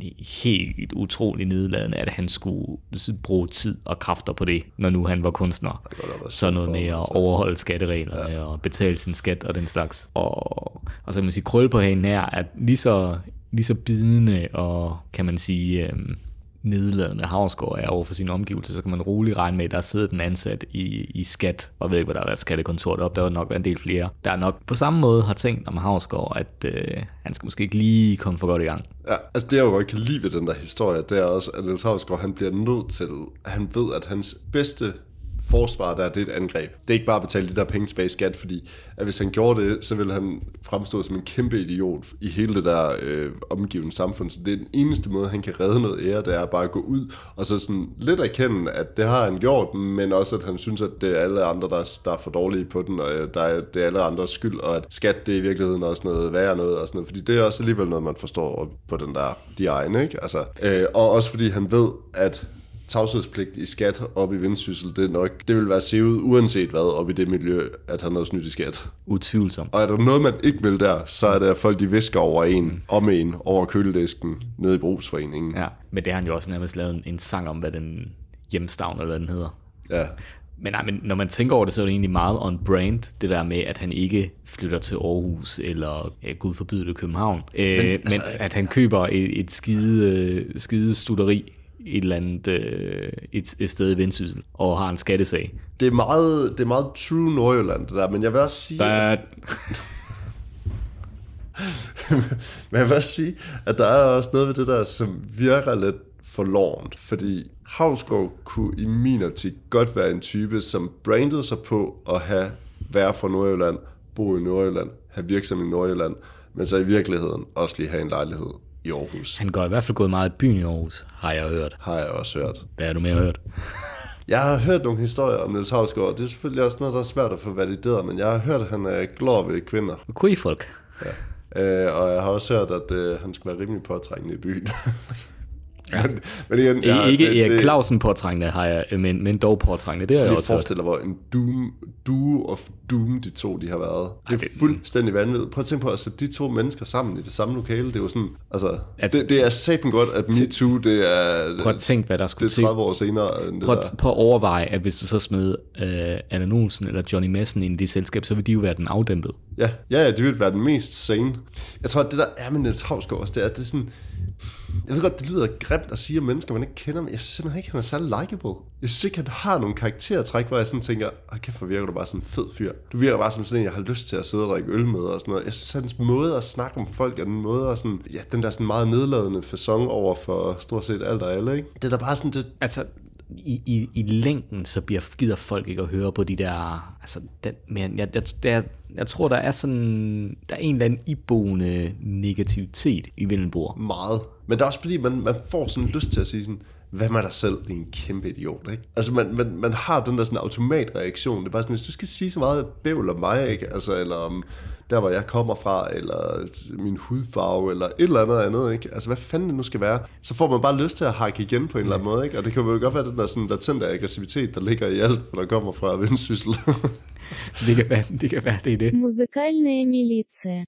helt utroligt nedladende, at han skulle bruge tid og kræfter på det, når nu han var kunstner. Så noget med at overholde skattereglerne og betale sin skat og den slags. Og så kan man sige, krølle på hagen her, at lige så bidende og kan man sige nedladende Hausgaard er over for sine omgivelser, så kan man roligt regne med, at der sidder den ansat i skat, og ved ikke, hvad der har været skattekontor deroppe, der var nok en del flere, der nok på samme måde har tænkt om Hausgaard, at han skal måske ikke lige komme for godt i gang. Ja, altså det jeg jo godt kan lide ved den der historie, det er også, at Niels Hausgaard, han bliver nødt til, han ved, at hans bedste forsvar det er et angreb. Det er ikke bare at betale de der penge tilbage i skat, fordi at hvis han gjorde det, så ville han fremstå som en kæmpe idiot i hele det der omgivende samfund. Så det er den eneste måde, han kan redde noget ære, det er bare at gå ud og så sådan lidt erkende, at det har han gjort, men også at han synes, at det er alle andre, der er for dårlige på den, og det er alle andres skyld, og at skat det er i virkeligheden også noget værre noget og sådan noget, fordi det er også alligevel noget, man forstår på den der de egne, ikke? Altså, og også fordi han ved, at tavshedspligt i skat op i Vendsyssel, det vil være sevet uanset hvad op i det miljø, at han har snydt i skat. Utvivlsomt. Og er der noget, man ikke vil der, så er det, at folk de visker over køledisken nede i brugsforeningen. Ja, men det har han jo også nærmest lavet en sang om, hvad den hjemstavn eller hvad den hedder. Ja. Men når man tænker over det, så er det egentlig meget on brand, det der med, at han ikke flytter til Aarhus, eller gud forbyde det, København. Men at han køber et skide studeri et eller andet et sted i Vendsyssel og har en skattesag. Det er meget true Nordjylland det der, men jeg vil også sige men jeg vil også sige, at der er også noget ved det der, som virker lidt forlorent, fordi Hausgaard kunne i min optik godt være en type, som brandede sig på at være fra Nordjylland, bo i Nordjylland, have virksomhed i Nordjylland, men så i virkeligheden også lige have en lejlighed i Aarhus. Han går i hvert fald gået meget i byen i Aarhus, har jeg hørt. Har jeg også hørt. Hvad har du mere hørt? Jeg har hørt nogle historier om Niels Hausgaard. Det er selvfølgelig også noget, der er svært at få valideret, men jeg har hørt, at han er glad ved kvinder. Queerfolk. Ja. Og jeg har også hørt, at han skal være rimelig påtrængende i byen. Ja. Men igen, Ikke Erik Clausen påtrængende har jeg, men dog påtrængende. Det har jeg også forestiller, hvor en duo of doom de to, de har været. Det er fuldstændig vanvittigt. Prøv at tænke på at sætte de to mennesker sammen i det samme lokale. Det er jo sådan, altså, det er satan godt, at MeToo, det er... Prøv at tænke, hvad der skulle til. Det er 30 år senere. Prøv at overveje, at hvis du så smed Anna Nolsen eller Johnny Madsen ind i det selskab, så vil de jo være den afdæmpet. Ja, det vil være den mest sane. Jeg tror, at det der er med Niels Hausgaard også, det er sådan... Jeg ved godt, det lyder grimt at sige om mennesker, man ikke kender, men jeg synes simpelthen ikke, han er særlig likeable. Jeg synes ikke, han har nogle karaktertræk, hvor jeg sådan tænker, kæft, hvor virker du bare som en fed fyr. Du virker bare som sådan en, jeg har lyst til at sidde og drikke øl med og sådan noget. Jeg synes, hans måde at snakke om folk, og den måde at sådan, den der sådan meget nedladende facon over for stort set alt og alle, ikke? Det er da bare sådan, det... Altså, i længden, så gider folk ikke at høre på de der... Altså, men jeg tror, der er en eller anden iboende negativitet i Vendelboer. Meget. Men det er også fordi, man får sådan lyst til at sige sådan, hvad med dig selv? Det er en kæmpe idiot, ikke? Altså, man har den der sådan automatreaktion. Det er bare sådan, hvis du skal sige så meget bævl om mig, ikke? Altså, eller om der, hvor jeg kommer fra, eller min hudfarve, eller et eller andet, ikke? Altså, hvad fanden det nu skal være? Så får man bare lyst til at hakke igen på en eller anden måde, ikke? Og det kan jo godt være, den der sådan latente aggressivitet, der ligger i alt, der kommer fra Vendsyssel. det kan være, det er det. Musikalная милиция.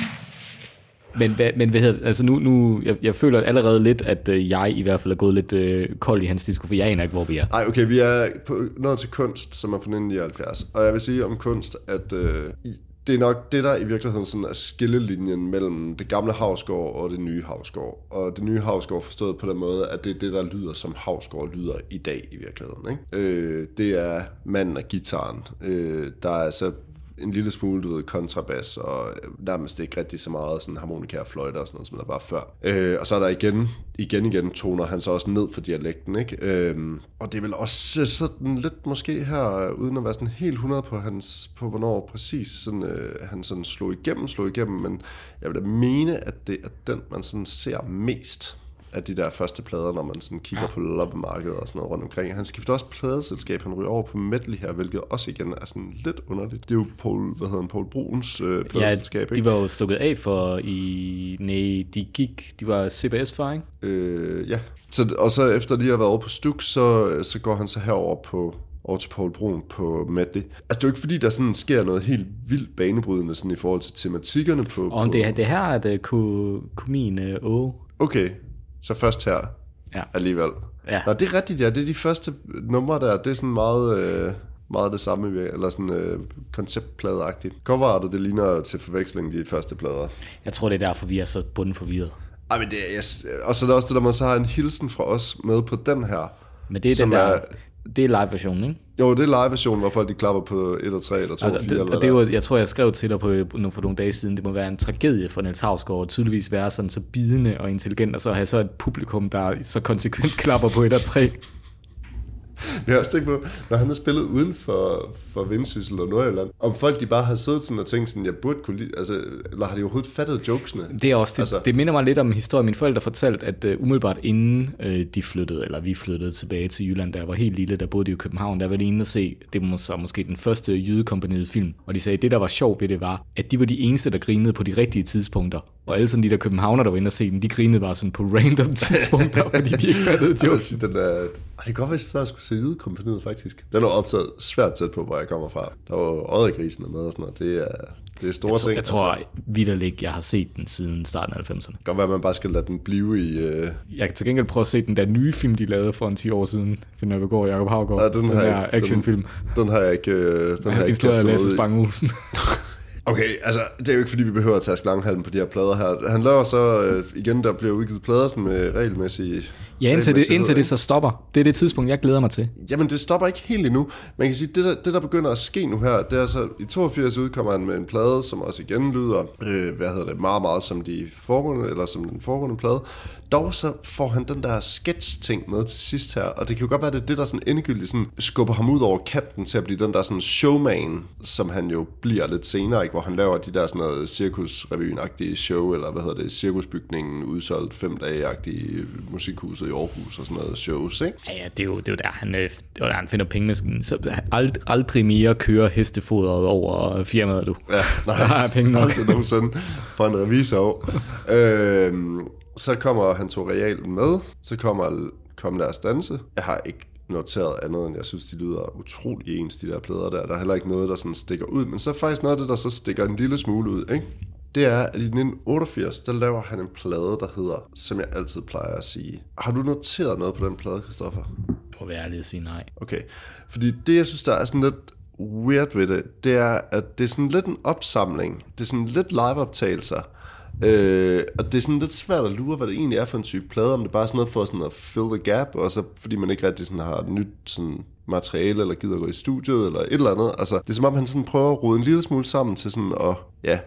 Men hvad hedder altså nu jeg føler allerede lidt, at jeg i hvert fald er gået lidt kold i hans disco, for jeg aner ikke, hvor vi er. Nej, okay, vi er nået til kunst, som er fra 1979. Og jeg vil sige om kunst, at det er nok det, der i virkeligheden sådan er skillelinjen mellem det gamle Hausgaard og det nye Hausgaard. Og det nye Hausgaard forstået på den måde, at det er det, der lyder som Hausgaard lyder i dag i virkeligheden. Ikke? Det er manden og gitaren. Der er altså en lille smule, du ved, kontrabas, og nærmest ikke rigtig så meget sådan harmonika og fløjter og sådan noget, som der var før. Og så er der igen toner han så også ned for dialekten, ikke? Og det er vel også sådan lidt måske her, uden at være sådan helt 100 på hvornår præcis sådan, han sådan slog igennem, men jeg vil da mene, at det er den, man sådan ser mest af de der første plader, når man sådan kigger på loppemarkedet og sådan noget rundt omkring. Han skifter også pladeselskab, han ryger over på Medley her, hvilket også igen er sådan lidt underligt. Det er jo Poul Bruns pladeselskab, ikke? De var jo stukket af de var CBS for, ikke? Ja. Og så efter lige at have været over på Stuk, så går han så herover over til Poul Brun på Medley. Altså, det er jo ikke fordi, der sådan sker noget helt vildt banebrydende sådan i forhold til tematikkerne på... Og det her er det Kumin Okay. Så først her alligevel. Ja. Nå, det er rigtigt, ja. Det er de første numre der. Det er sådan meget det samme, eller sådan konceptpladeagtigt. Coverartet, det ligner til forveksling de første plader. Jeg tror, det er derfor, vi er så bundforvirret. Ej, men det er... Og så er der også det, der man så har en hilsen fra os med på den her. Men det er den der... Det er live-versionen, ikke? Jo, det er live-versionen, hvor folk de klapper på 1 og 3 eller 2 og 4. Og det var, jeg tror, jeg skrev til dig for nogle dage siden, det må være en tragedie for Niels Hausgaard, og tydeligvis være sådan så bidende og intelligent, og så have så et publikum, der så konsekvent klapper på 1 og 3. Jeg har også tænkt på, når han har spillet uden for Vendsyssel og Nordjylland, om folk de bare har siddet sådan og tænkt sådan, jeg burde kunne lide, altså, eller har de overhovedet fattet jokesene? Det er også, det minder mig lidt om en historie, mine forældre fortalte, at umiddelbart inden de flyttede, eller vi flyttede tilbage til Jylland, da jeg var helt lille, der boede de i København, der var de inde at se, det var så måske den første jydekompagniede film, og de sagde, det der var sjovt ved det var, at de var de eneste, der grinede på de rigtige tidspunkter, og alle sådan de der københavner, der var inde at se den, de grinede bare sådan på random tidspunkter, fordi de ikke fattede jokes. Det kan godt være, at jeg skulle se jydekompagniet faktisk. Den var optaget svært tæt på, hvor jeg kommer fra. Der var Oddergrisen med og sådan noget. Det er store ting. Jeg tror vitterligt, jeg har set den siden starten af 90'erne. Det kan godt være, at man bare skal lade den blive i... Jeg kan til gengæld prøve at se den der nye film, de lavede for 10 år siden. Finn Nørgaard og Jacob Haugaard. Ja, den der actionfilm. Den har jeg ikke... Den har jeg ikke kastet mig ud i. Okay, altså, det er jo ikke fordi, vi behøver at tage langhalm på de her plader her. Han laver så, igen, der bliver udgivet plader sådan med regelmæssige... Ja, indtil det så stopper. Det er det tidspunkt, jeg glæder mig til. Jamen, det stopper ikke helt endnu. Man kan sige, det der begynder at ske nu her, det er så, i 82 udkommer han med en plade, som også igen lyder, meget, meget som den foregående plade. Dog så får han den der sketch-ting med til sidst her, og det kan jo godt være, det der sådan endegyldigt sådan skubber ham ud over kanten til at blive den der sådan showman, som han jo bliver lidt senere, ikke? Hvor han laver de der sådan noget cirkusrevyen-agtige show, eller cirkusbygningen udsolgt 5 dage-agtige musikhuset i Aarhus og sådan noget shows, ikke? Ja, det er jo der, han finder pengene. Så aldrig mere kører hestefodret over firmaet, du. Ja, nej, penge nok. Aldrig nogensinde fra en revisor. Så kommer han tog realen med, så kommer deres danse. Jeg har ikke noteret andet, end jeg synes, de lyder utrolig ens, de der plader der. Der er heller ikke noget, der sådan stikker ud, men så er faktisk noget af det, der så stikker en lille smule ud, ikke? Det er, at i 1988, der laver han en plade, der hedder, som jeg altid plejer at sige. Har du noteret noget på den plade, Christoffer? Jeg må være ærlig at sige nej. Okay, fordi det, jeg synes, der er sådan lidt weird ved det, det er, at det er sådan lidt en opsamling. Det er sådan lidt liveoptagelser. Og det er sådan lidt svært at lure, hvad det egentlig er for en type plade, om det bare er sådan noget for sådan at fill the gap, og så fordi man ikke rigtig sådan har nyt sådan materiale, eller gider gå i studiet, eller et eller andet. Altså, det er som om, han sådan prøver at rode en lille smule sammen til sådan at, ja,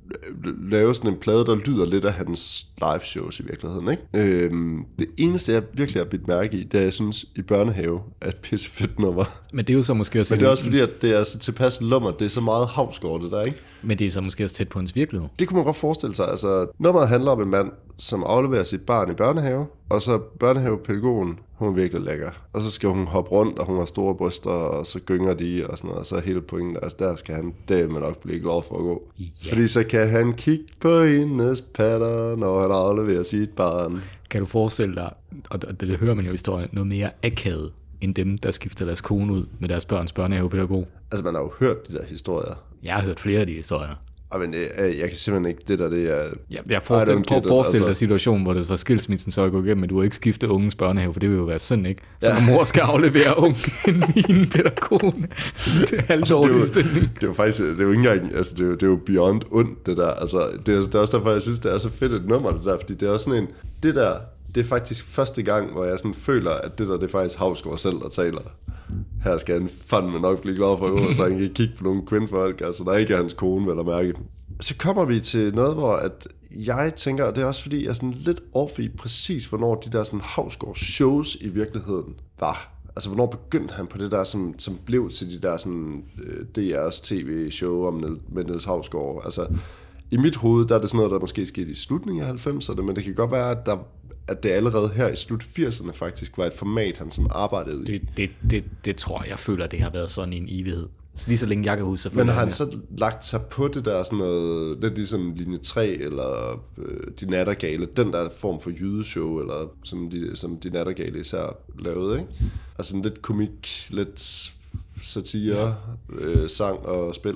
lave sådan en plade, der lyder lidt af hans live shows i virkeligheden, ikke? Det eneste, jeg virkelig har bidt mærke i, det er, jeg synes, i Børnehave er et pissefedt nummer. Men det er jo så måske også... Men det er også fordi, at det er så tilpas lummer, det er så meget Hausgaard, det der, ikke? Men det er så måske også tæt på hans virkelighed. Det kunne man godt forestille sig. Altså, nummeret handler om en mand, som afleverer sit barn i børnehave, og så børnehavepædagogen, hun er virkelig lækker. Og så skal hun hoppe rundt, og hun har store bryster, og så gynger de og sådan noget. Og så er hele pointen, altså der skal han dæmme nok blive glad for at gå. Ja. Fordi så kan han kigge på hendes patter, når han afleverer sit barn. Kan du forestille dig, og det hører man jo i historien, noget mere akavet end dem, der skifter deres kone ud med deres børns børnehavepædagog? Altså man har jo hørt de der historier. Jeg har hørt flere af de historier. Men jeg kan simpelthen ikke, det der, det er... Jeg prøver at forestille dig situationen, hvor det var skilsmissen, så jeg går igennem, men du har ikke skiftet ungens børnehave, for det vil jo være synd, ikke? Så når mor skal aflevere ungen min pædagog, det er halvdårlig stemning. Det er jo faktisk, det er jo ikke engang, altså det er jo beyond ondt, det der. Altså, det er også derfor, jeg synes, det er så fedt et nummer, det der, fordi det er også sådan en, det der, det er faktisk første gang, hvor jeg sådan føler, at det der, det er faktisk Hausgaard selv, der taler. Her skal han fandme nok blive glad for at gå, så han kan kigge på nogle kvindefolk, altså der ikke er hans kone, vel at mærke. Så kommer vi til noget, hvor at jeg tænker, og det er også fordi, jeg er sådan lidt off i præcis, hvornår de der sådan Hausgaard shows i virkeligheden var. Altså hvornår begyndte han på det der, som blev til de der sådan DR's tv-show med Niels Hausgaard. Altså i mit hoved, der er det sådan noget, der måske skete i slutningen af 90'erne, men det kan godt være, at det allerede her i slut 80'erne faktisk var et format, han sådan arbejdede i. Det tror jeg føler, det har været sådan en evighed. Så lige så længe jeg kan huske, så men har han så lagt sig på det der sådan noget, lidt ligesom Linje 3 eller De Nattergale, den der form for jydeshow, eller som De Nattergale især lavede, ikke? Altså lidt komik, lidt satire, sang og spil.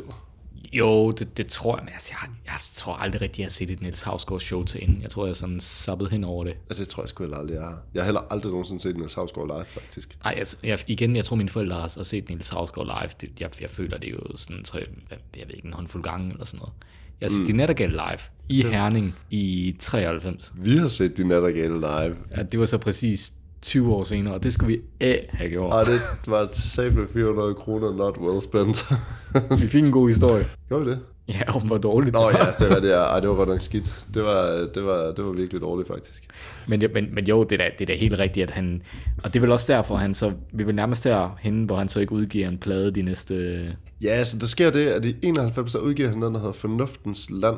Jo, det tror jeg, men altså, jeg tror aldrig rigtig, jeg har set et Niels Hausgaard show til enden. Jeg tror, jeg er sådan sappet hen over det. Ja, det tror jeg sgu heller aldrig, jeg har. Jeg har heller aldrig nogensinde set Niels Hausgaard live, faktisk. Nej, jeg tror, mine forældre har set Niels Hausgaard live. Jeg føler det jo sådan, jeg ved ikke, en håndfuld gange eller sådan noget. Jeg har set De Nattergale live i Herning i 93. Vi har set De Nattergale live. Ja, det var så præcis 20 år senere, og det skulle vi have gjort. Og det var et sabelt 400 kroner not well spent. Vi fik en god historie. Gjorde vi det? Ja, og hvor dårligt. Nå ja, det var det. Ej, det var godt nok skidt. Det var virkelig dårligt, faktisk. Men jo, det er da helt rigtigt, at han... Og det er vel også derfor, han så... Vi vil nærmest derhenne, hvor han så ikke udgiver en plade de næste... Ja, så der sker det, at i 91, der udgiver han noget, der hedder Fornuftens Land,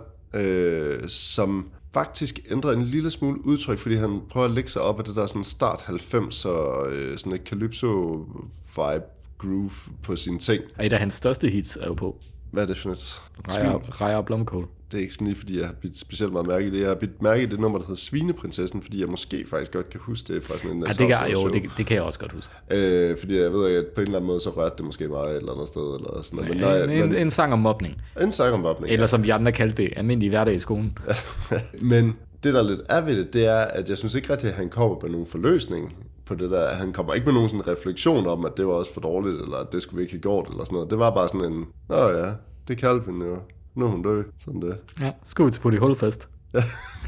som faktisk ændrer en lille smule udtryk, fordi han prøver at lægge sig op af det der sådan start 90'er, sådan et calypso-vibe groove på sine ting. Og et af hans største hits er jo på. Hvad er det for et? Rejer og blomkål. Det er ikke sådan lige, fordi jeg har bidt specielt meget mærke i det. Jeg har bidt mærke i det nummer, der hedder Svineprinsessen, fordi jeg måske faktisk godt kan huske det fra sådan en det kan jeg også godt huske. Fordi jeg ved, at på en eller anden måde, så rørte det måske meget et eller andet sted. Eller sådan noget. En sang om mobning. En sang om mobning, eller som vi andre kaldte det, almindelig hverdag i skolen. Men det, der lidt er ved det er, at jeg synes ikke rigtig, at han kommer med nogen forløsning på det der. Han kommer ikke med nogen sådan refleksion om, at det var også for dårligt, eller at det skulle vi ikke have gjort, eller sådan noget. Det var bare sådan en, nå ja, det kaldte hende jo. Nu er hun død, sådan det. Ja, skud til på de hulfest. Ja.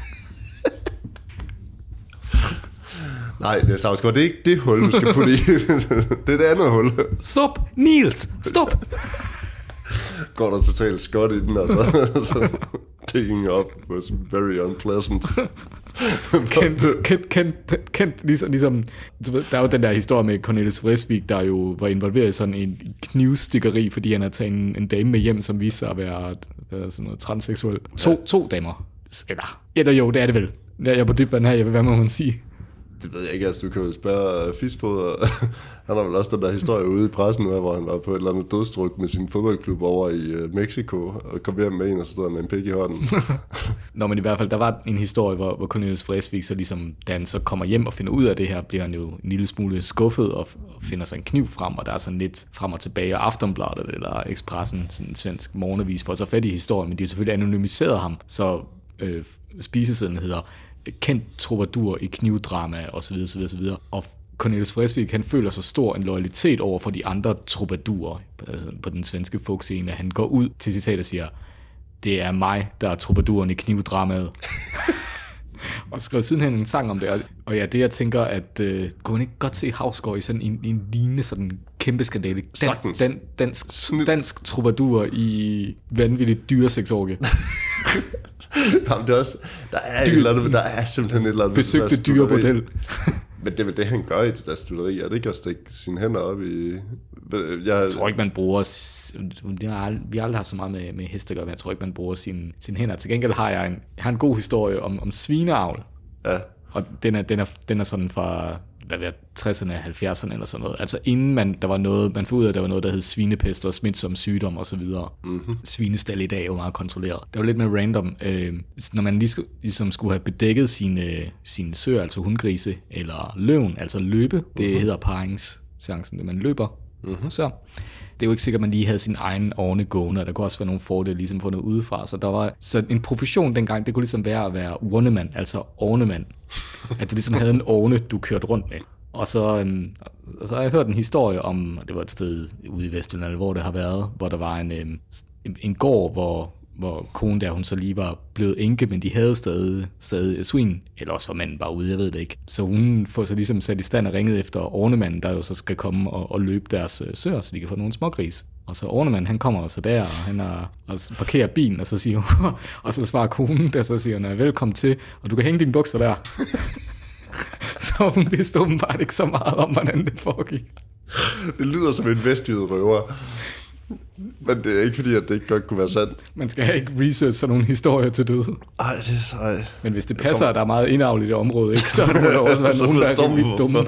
Nej, det er Savsgaard, det er ikke det hul, du skal putte i. Det er det andet hul. Stop, Niels, stop! Går der totalt skot i den, altså. Digging up was very unpleasant. Kendt ligesom, der er jo den der historie med Cornelis Vreeswijk, der jo var involveret i sådan en knivstikkeri, fordi han havde taget en dame med hjem, som viste sig at være sådan noget transseksuel. To damer. Eller jo, det er det vel. Jeg er på dybt vand her, hvad må man sige? Det ved jeg ikke, altså du kan jo spørge Fisfod, og han har vel også den der historie ude i pressen, hvor han var på et eller andet dødsdruk med sin fodboldklub over i Mexico, og kom hjem med en, og så stod med en pik i hånden. Nå, men i hvert fald, der var en historie, hvor Cornelis Vreeswijk så ligesom, da han så kommer hjem og finder ud af det her, bliver han jo en lille smule skuffet og finder sig en kniv frem, og der er sådan lidt frem og tilbage, og Aftonbladet eller Expressen, sådan en svensk morgenavis, får så fat i historien, men de har selvfølgelig anonymiseret ham, så spisesiden hedder kendt troubadour i knivdrama osv. Og Cornelis Vreeswijk, han føler så stor en loyalitet over for de andre troubadourer altså på den svenske folkscene, at han går ud til citat og siger, det er mig, der er troubadouren i knivdramaet. Og skrev sidenhen en sang om det, og ja, det jeg tænker, at kunne man ikke godt se Hausgaard i sådan en lignende sådan kæmpe skandale. Dansk troubadour i vanvittigt dyresexorgie. Jamen, det er også, der er simpelthen et eller andet. Besøgte dyrebordel. Men det er vel det, han gør i det der studeri, er det ikke at stikke sine hænder op i... Jeg tror ikke, man bruger... Vi har aldrig haft så meget med heste at gøre, men jeg tror ikke, man bruger sine hænder. Til gengæld har jeg en god historie om svineavl. Ja. Og den er sådan fra 60'erne og 70'erne eller sådan noget. Altså inden der var noget, man fandt ud af, at der var noget, der hed svinepest og smitsom sygdom og så videre. Mm-hmm. Svinestal i dag er jo meget kontrolleret. Det var lidt mere random. Når man ligesom skulle have bedækket sine søer, altså hundgrise, eller løven, altså løbe, det hedder paringschancen, det man løber. Mm-hmm. Så det er jo ikke sikkert, at man lige havde sin egen orne gående, og der kunne også være nogle fordele ligesom få noget udefra. Så en profession dengang, det kunne ligesom være at være ornemand, altså ornemand. At du ligesom havde en orne, du kørte rundt med. Og så har jeg hørt en historie om, det var et sted ude i Vestjylland, hvor det har været, hvor der var en gård, hvor konen der, hun så lige var blevet enke, men de havde stadig svin, eller også var manden bare ude, jeg ved det ikke. Så hun får så ligesom sat i stand og ringet efter ornemanden, der jo så skal komme og løbe deres søer, så de kan få nogle smågris. Og så ornemanden, han kommer så der, og parkerer bilen, og så siger hun, og så svarer konen, der så siger hun, velkommen til, og du kan hænge dine bukser der. Så hun vidste åbenbart ikke så meget om, hvordan det foregik. Det lyder som en vestjyde røver. Men det er ikke fordi, at det ikke godt kunne være sandt. Man skal ikke research sådan nogle historier til døde. Ej, det er sej. Men hvis det passer, at der er der er meget indavl i det område, ikke? Så må der også være nogen, der er rimelig dumme.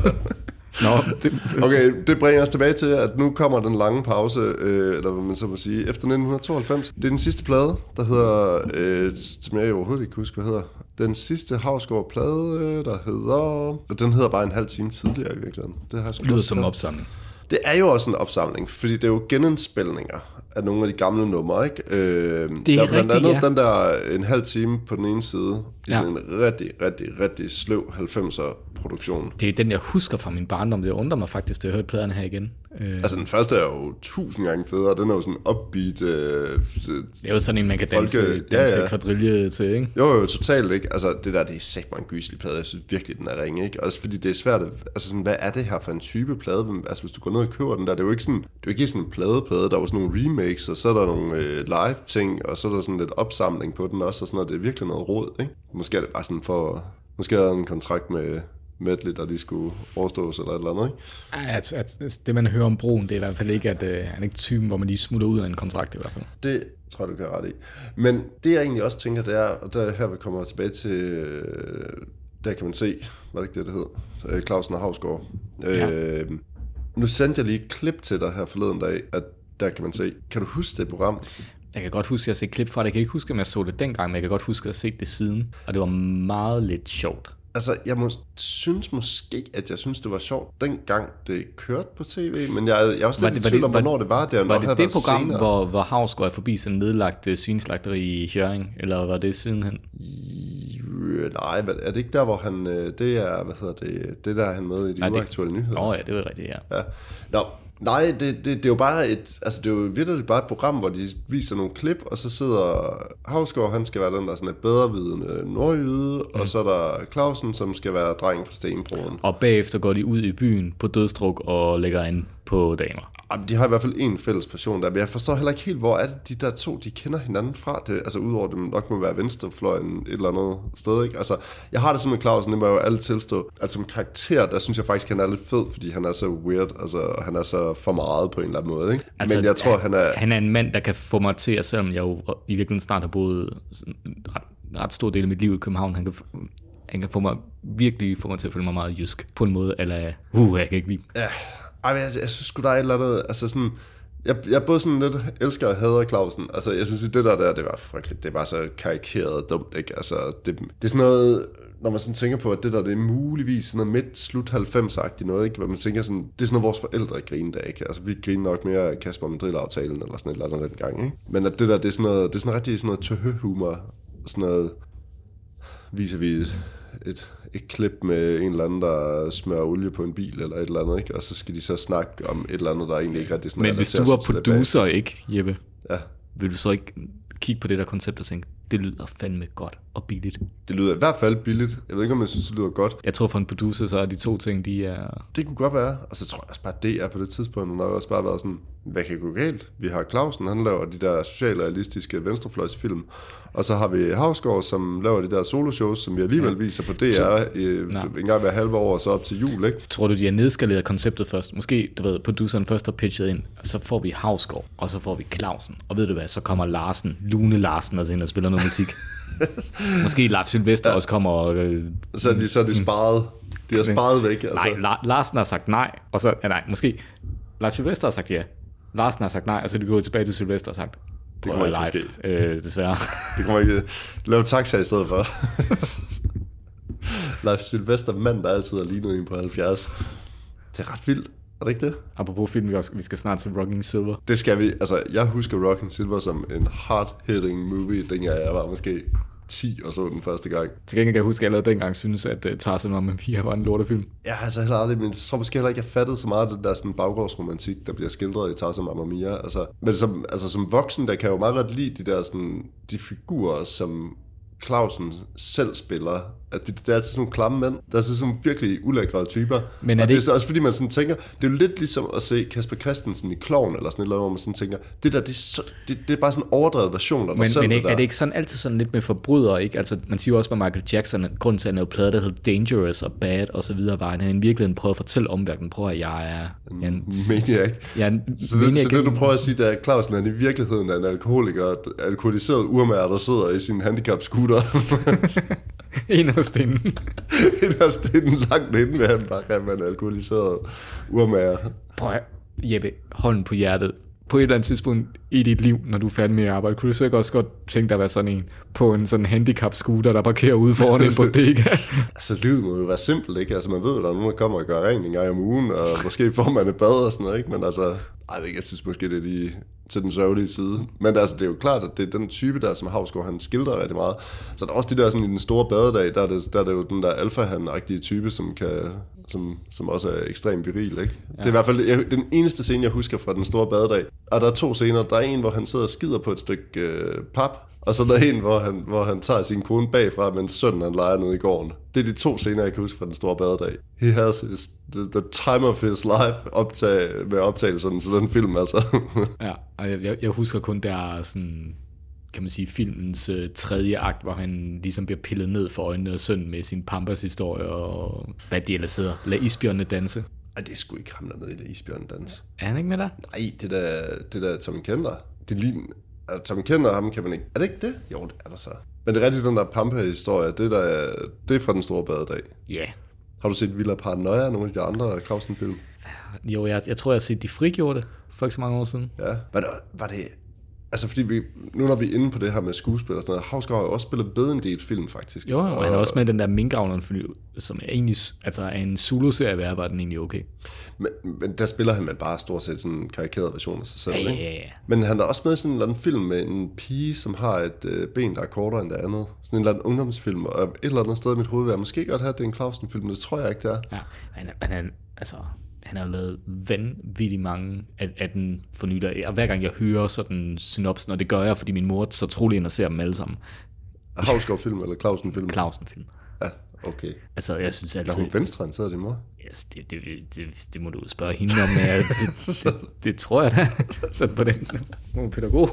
Okay, det bringer os tilbage til, at nu kommer den lange pause, eller hvad man så må sige, efter 1992. Det er den sidste plade, der hedder, som jeg overhovedet ikke husker, hvad hedder. Den sidste Hausgaard-plade, der hedder... Den hedder bare en halv time tidligere i virkeligheden. Det lyder som en opsamling. Det er jo også en opsamling, fordi det er jo genindspilninger af nogle af de gamle numre, ikke? Det er blandt andet den der en halv time på den ene side, i sådan en rigtig sløv 90'er produktion. Det er den, jeg husker fra min barndom. Det undrer mig faktisk, da jeg hørte pladerne her igen. Altså den første er jo 1000 gange federe, den er jo sådan upbeat. Det er jo sådan en, man kan danse kvadrille til, ikke? Jo, totalt, ikke? Altså det der, det er sæt mig en gyselig plade. Jeg synes virkelig, den er ringe, ikke? Også fordi det er svært, altså sådan, hvad er det her for en type plade? Altså hvis du går ned og køber den der, det er jo ikke sådan en pladeplade, der er jo sådan nogle remakes, og så er der nogle live ting, og så er der sådan lidt opsamling på den også, og sådan noget. Det er virkelig noget råd, ikke? Måske er det bare sådan for... Måske er der en kontrakt med Medley, der de skulle overstås eller et eller andet, ikke? Ja, det man hører om Broen, det er i hvert fald ikke, at han er ikke typen, hvor man lige smutter ud af en kontrakt i hvert fald. Det tror jeg, du kan ret i. Men det jeg egentlig også tænker, det er, og der her vi kommer tilbage til, der kan man se, var det ikke det hed? Clausen og Hausgaard. Ja. Nu sendte jeg lige et klip til dig her forleden dag, at der kan man se. Kan du huske det program? Jeg kan godt huske, at jeg har set klip fra det. Jeg kan ikke huske, om jeg så det dengang, men jeg kan godt huske, at jeg har set det siden. Og det var meget lidt sjovt. Altså, jeg synes måske, at jeg synes, det var sjovt, dengang det kørte på tv, men jeg er også lidt i tvivl om, hvornår det var. Var det program, hvor Hausgaard er forbi sådan nedlagt svineslagteri i Hjørring, eller var det sidenhen? Nej, er det ikke der, hvor han, det er, det der han med i de uaktuelle nyheder? Ja, det var rigtigt, ja. Nå, nej, det er jo bare det er jo virkelig bare et program, hvor de viser nogle klip, og så sidder Hausgaard, han skal være den der sådan et bedrevidende nordjyde, og så er der Clausen, som skal være drengen fra Stenbroen. Og bagefter går de ud i byen på dødstruk og lægger ind på damer. De har i hvert fald en fælles passion der, men jeg forstår heller ikke helt, hvor er det de der to, de kender hinanden fra. Det, altså udover dem nok må være venstrefløjen et eller andet sted, ikke? Altså, jeg har det som med Clausen, det må jeg jo alle tilstå. Altså som karakter, der synes jeg faktisk, han er lidt fed, fordi han er så weird, altså, og han er så for meget på en eller anden måde, ikke? Altså, men jeg tror, han er en mand, der kan få mig til, at selvom jeg jo i virkeligheden snart har boet ret stor del af mit liv i København, Han kan virkelig få mig til at føle mig meget jysk, på en måde, eller jeg kan ikke lide. Ja, jeg synes sgu, der er et eller andet, altså sådan, jeg både sådan lidt elsker og hader Clausen. Altså, jeg synes, at det der, det var frygteligt. Det var så karikeret og dumt, ikke? Altså, det er sådan noget, når man sådan tænker på, at det der, det er muligvis sådan noget midt-slut 90-agtigt noget, ikke? Hvor man tænker sådan, det er sådan noget, vores forældre griner af, ikke? Altså, vi griner nok mere af Kasper Mandrill-aftalen, eller sådan et eller andet dengang, ikke? Men at det der, det er sådan noget, det er sådan rigtig sådan noget tøhøhumor, sådan noget, viser vi et klip med en eller anden, der smører olie på en bil eller et eller andet, ikke? Og så skal de så snakke om et eller andet, der egentlig ikke rigtig sådan. Men hvis du var producer, ikke, Jeppe? Ja. Vil du så ikke kigge på det der koncept og tænke, det lyder fandme godt og billigt? Det lyder i hvert fald billigt. Jeg ved ikke, om jeg synes, det lyder godt. Jeg tror for en producer, så er de to ting, de er... Det kunne godt være. Og så tror jeg også bare, det er på det tidspunkt, når jeg også bare været sådan, hvad kan gå galt? Vi har Clausen, han laver de der socialrealistiske venstrefløjsfilm. Og så har vi Hausgaard, som laver de der soloshows, som vi alligevel viser på DR en gang hver halve år, og så op til jul, ikke? Tror du, de har nedskaleret konceptet først? Måske, du ved, produceren først har pitchet ind, og så får vi Hausgaard, og så får vi Clausen. Og ved du hvad, så kommer Lune Larsen også ind og spiller noget musik. Måske Lars Sylvester også kommer og... Så er de sparet. De har sparet væk, altså. Nej, Larsen har sagt nej, og så... Nej, måske Lars Sylvester har sagt ja. Larsen har sagt nej, og så er de gået tilbage til Sylvester og sagt... Det kommer ikke til at ske. Desværre. Det kommer ikke... Lave taxa i stedet for. Lars Sylvester, mand, der altid har lignet en på 70. Det er ret vildt. Er det ikke det? Apropos film, vi skal snart til Rocking Silver. Det skal vi. Altså, jeg husker Rocking Silver som en hard-hitting movie, dengang jeg var måske 10 og så den første gang. Til gengæld kan jeg huske, at jeg allerede dengang synes, at Tarzan og Mamma var en lortefilm. Ja, altså heller aldrig, men jeg tror måske heller ikke, jeg fattede så meget af det der sådan baggårdsromantik, der bliver skildret i Tarzan og Mamma Mia. Altså, men som voksen, der kan jeg jo meget godt lide de der sådan, de figurer, som Clausen selv spiller, at det er altid sådan nogle klamme mænd, der er sådan nogle virkelig ulækre typer. Men og det er også fordi man sådan tænker, det er jo lidt ligesom at se Kasper Christensen i Klovn, eller sådan et eller andet, hvor man sådan tænker, det der, det er bare sådan en overdrevet version af dig selv. Men er det ikke sådan altid sådan lidt med forbrydere, ikke? Altså, man siger også med Michael Jackson, at grunden til, at han lavede plader, der hed Dangerous og Bad og så videre, var, at han i virkeligheden prøvede at fortælle omverdenen, prøv at jeg er en maniac. Så det du prøver at sige, at Clausen er i virkeligheden en alkoholiker, alkoholiseret urmager, der sidder i sin handicap-scooter. Inderst inden. Inderst inden, langt inden ved han bare kan man alkoholiseret urmager. Prøv at, Jeppe, hånden på hjertet. På et eller andet tidspunkt i dit liv, når du er færdig med at arbejde, kunne du så ikke også godt tænke dig at være sådan en på en sådan handicap-scooter, der parkerer ude foran en bodega? Altså, livet må jo være simpelt, ikke? Altså, man ved, at der er nogen, der kommer og gør rent en gang om ugen, og måske får man et bad og sådan noget, ikke? Men altså, jeg synes måske, det er lige til den sørgelige side. Men altså, det er jo klart, at det er den type der, som Hausgaard, han skildrer rigtig meget. Så der er også de der sådan i den store badedag, der er det jo den der alfahan-agtige type, som også er ekstremt viril, ikke? Ja. Det er i hvert fald den eneste scene, jeg husker fra den store badedag. Og der er 2 scener. Der er en, hvor han sidder og skider på et stykke pap, og så der er en, hvor han tager sin kone bagfra, mens sønnen han leger nede i gården. Det er de 2 scener, jeg kan huske fra den store badedag. He has the time of his life med optagelserne til den film, altså. Ja, og jeg husker kun der sådan, kan man sige, filmens tredje akt, hvor han ligesom bliver pillet ned for øjnene af sønnen med sin Pampas historie, og hvad det ellers hedder. Lad isbjørnene danse. Ej, det er sgu ikke ham, der med i Lad isbjørnene danse. Er han ikke med der? Nej, det der Tommy Kender. Det ligner... Tommy Kender, ham kan man ikke... Er det ikke det? Jo, det er der så. Men det er rigtigt, den der Pampa-historie, det er fra den store badedag. Ja. Yeah. Har du set Villa Paranoia, nogle af de andre Clausen-film? Jo, jeg tror, jeg har set De Frigjorte for ikke så mange år siden. Ja. Var det... Altså, fordi nu når vi er inde på det her med skuespil og sådan noget, Hausgaard har jo også spillet bedre en del film, faktisk. Jo, og han er også med den der Minkavleren, som er egentlig, altså er en solo-serie, var den egentlig okay. Men der spiller han med bare stort set sådan en karikeret version af sig selv, ikke? Ja. Men han er også med i sådan en eller anden film med en pige, som har et ben, der er kortere end det andet. Sådan en eller anden ungdomsfilm, og et eller andet sted i mit hoved vil jeg måske godt have, at det er en Clausen-film, det tror jeg ikke, det er. Ja, han har jo lavet vanvittigt mange af den for nylig. Og hver gang jeg hører sådan synopsen, og det gør jeg, fordi min mor så trolig ind og ser dem alle sammen. Hausgaard-film eller Clausen-film? Clausen-film. Ja, okay. Altså, jeg synes altid... Er hun venstreorienteret, din mor? Yes, det må du spørge hende om. Det tror jeg da. Sådan på den. Hun er pædagog.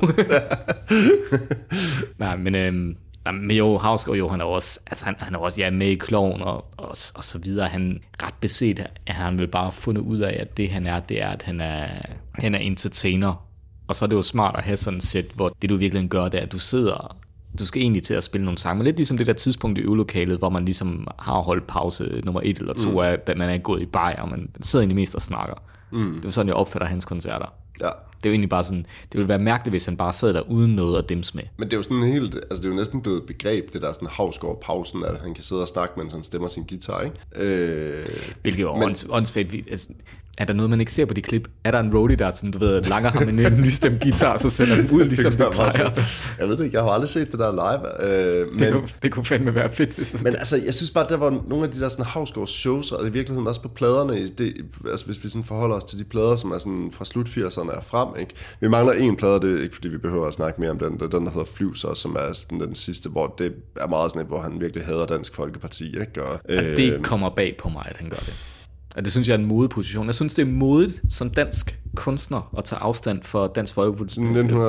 Nej, men jo, Hausgaard, jo, han er også, altså han er også med i Klovn og så videre. Han ret beset, at han vil bare fundet ud af, at det han er, det er, at han er entertainer. Og så er det jo smart at have sådan et sæt, hvor det du virkelig gør, det er, at du sidder du skal egentlig til at spille nogle sange, men lidt ligesom det der tidspunkt i øvelokalet, hvor man ligesom har holdt pause nummer 1 eller 2 af, da man er gået i bajer, og man sidder egentlig mest og snakker. Det er sådan, jeg opfatter hans koncerter. Ja. Det er jo egentlig bare sådan, det ville være mærkeligt, hvis han bare sad der uden noget at dimse med. Men det er jo sådan helt, altså det er jo næsten blevet et begreb, det der sådan Hausgaard-pausen, at han kan sidde og snakke, mens han stemmer sin guitar, ikke? Hvilket jo åndsfægt. Altså, er der noget, man ikke ser på de klip? Er der en roadie, der sådan, du ved, langer ham med en nystemt guitar, og så sender dem ud, ligesom det plejer? Jeg ved det ikke, jeg har aldrig set det der live. Det kunne fandme være fedt. Men altså, jeg synes bare, der var nogle af de der sådan Hausgaard shows, og i virkeligheden også på pladerne, altså hvis vi sådan forholder os til de plader, som er sådan fra slut 80'erne og frem, ikke? Vi mangler en plade, det er ikke fordi vi behøver at snakke mere om den, der hedder Flyvser, som er sådan den sidste, hvor det er meget sådan et, hvor han virkelig hader Dansk Folkeparti, ikke? Og det kommer bag på mig, at han gør det. Og det synes jeg er en modeposition. Jeg synes, det er modigt som dansk kunstner at tage afstand for Dansk Folkeparti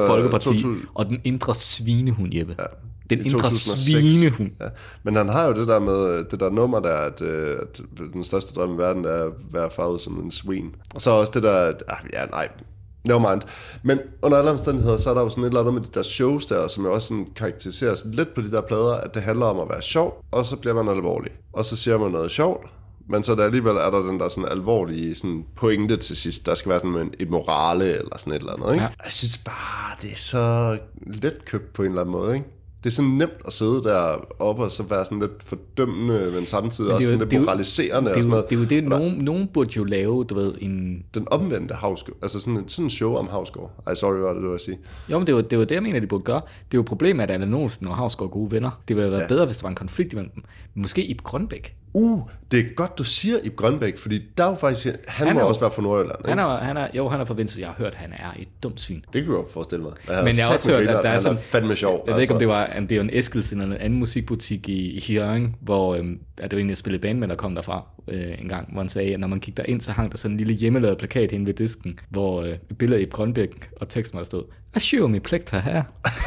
og den indre svinehund, Jeppe. Ja. Den indre svinehund. Ja. Men han har jo det der med det der nummer der, at den største drøm i verden er at være farvet som en svin. Og så også det der, never mind. Men under alle omstændigheder, så er der jo sådan et eller andet med de der shows der, som jo også sådan karakteriseres lidt på de der plader, at det handler om at være sjov, og så bliver man alvorlig. Og så siger man noget sjovt, men så alligevel er der den der sådan alvorlige sådan pointe til sidst. Der skal være sådan et morale eller sådan et eller andet, ikke? Ja. Jeg synes bare, det er så let købt på en eller anden måde, ikke? Det er sådan nemt at sidde deroppe og så være sådan lidt fordømmende, men samtidig også sådan lidt moraliserende og sådan noget. Det er jo det, nogen burde jo lave, du ved, en... Den omvendte Hausgaard, altså sådan en show om Hausgaard. Sorry, hvad det, du vil sige. Jo, men det var det, jeg mener, de burde gøre. Det er jo problemet, at Allan Olsen og Hausgaard er gode venner. Det ville have været bedre, hvis der var en konflikt imellem dem. Måske Ib Grønbæk. Det er godt, du siger Ib Grønbæk, fordi der er jo faktisk... Han må også være fra Nordjylland, ikke? Han er fra Venstre. Jeg har hørt, at han er et dumt svin. Det kan du jo forestille mig. Men jeg har også hørt, at der er sådan... fandme sjov. Jeg ved ikke, om det er jo en Eskilsen eller en anden musikbutik i Hjørring, hvor det var en, jeg spillede band med, der kom derfra en gang, hvor han sagde, at når man gik derind, så hang der sådan en lille hjemmelavet plakat inde ved disken, hvor billedet af Ib Grønbæk og teksten var stod, "Jeg syr min pligt her."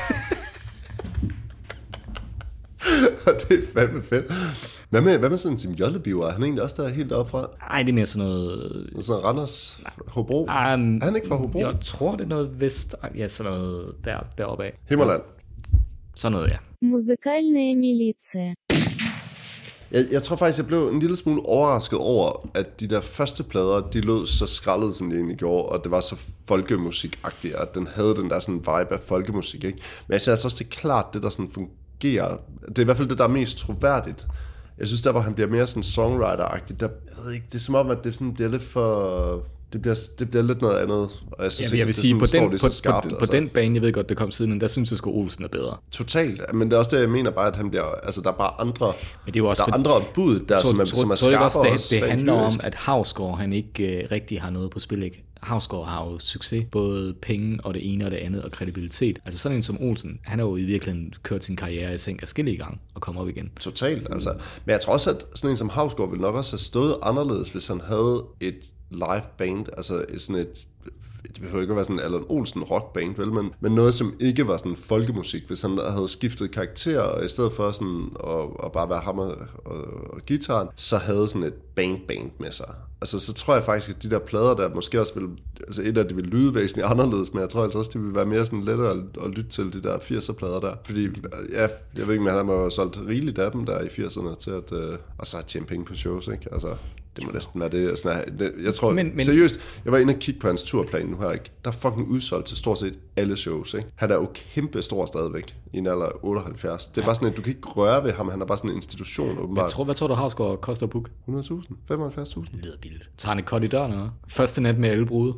Og det er fandme fedt. Hvad med sådan en Jollebiver? Er han egentlig også der helt deroppe fra? Nej, det er mere sådan noget... Sådan Randers, Hobro? Er han ikke fra Hobro? Jeg tror, det er noget vest... Ja, sådan noget deroppe af. Himmerland? Sådan noget, ja. Музыкальная милиция. Jeg tror faktisk, jeg blev en lille smule overrasket over, at de der første plader, de lød så skrællet, som de egentlig gjorde, og det var så folkemusikagtigt, at den havde den der sådan vibe af folkemusik, ikke? Men jeg synes altså også, det er klart, det der sådan fungerer. Det er i hvert fald det, der er mest troværdigt. Jeg synes, der hvor han bliver mere sådan songwriter-agtig, der, jeg ved ikke, det er som om, at det sådan bliver lidt for... Det bliver lidt noget andet, og jeg synes jeg vil sige, på den bane, jeg ved godt, det kom siden, der synes jeg sgu Olsen er bedre. Totalt, men det er også det, jeg mener bare, at han bliver, altså der er bare andre, men det er jo også der er andre bud, der som er skarpere og det handler om, at Hausgaard, han ikke rigtig har noget på spil, ikke? Hausgaard har jo succes, både penge og det ene og det andet, og kredibilitet. Altså sådan en som Olsen, han har jo i virkeligheden kørt sin karriere i sænk adskillige gange, og komme op igen. Totalt, altså. Men jeg tror også, at sådan en som Hausgaard ville nok også have stået anderledes, hvis han havde et live band, altså sådan et, det behøver ikke at være sådan en Allan Olsen rockband, vel, men noget, som ikke var sådan folkemusik, hvis han havde skiftet karakter, og i stedet for sådan at bare være ham og guitaren, så havde sådan et band med sig. Altså, så tror jeg faktisk, at de der plader der måske også ville, altså et af det ville lyde væsentligt anderledes, men jeg tror altså også, det ville være mere sådan lettere at lytte til de der 80'er plader der. Fordi, ja, jeg ved ikke, men han har jo solgt rigeligt af dem der i 80'erne til at, og så har tjent penge på shows, ikke? Altså, det må næsten være det. Altså, jeg tror, seriøst, jeg var inde og kigge på hans turplan nu her, ikke? Der er fucking udsolgt til stort set alle shows, ikke? Han er jo kæmpe stor stadigvæk i en alder af 78. Det er bare sådan, at du kan ikke røre ved ham, han er bare sådan en institution, åbenbart. Hvad tror du, Hausgaard koster at book? 100.000? 75.000? Det lyder billigt. Tager han et kort i døren, eller? Første nat med alle brude.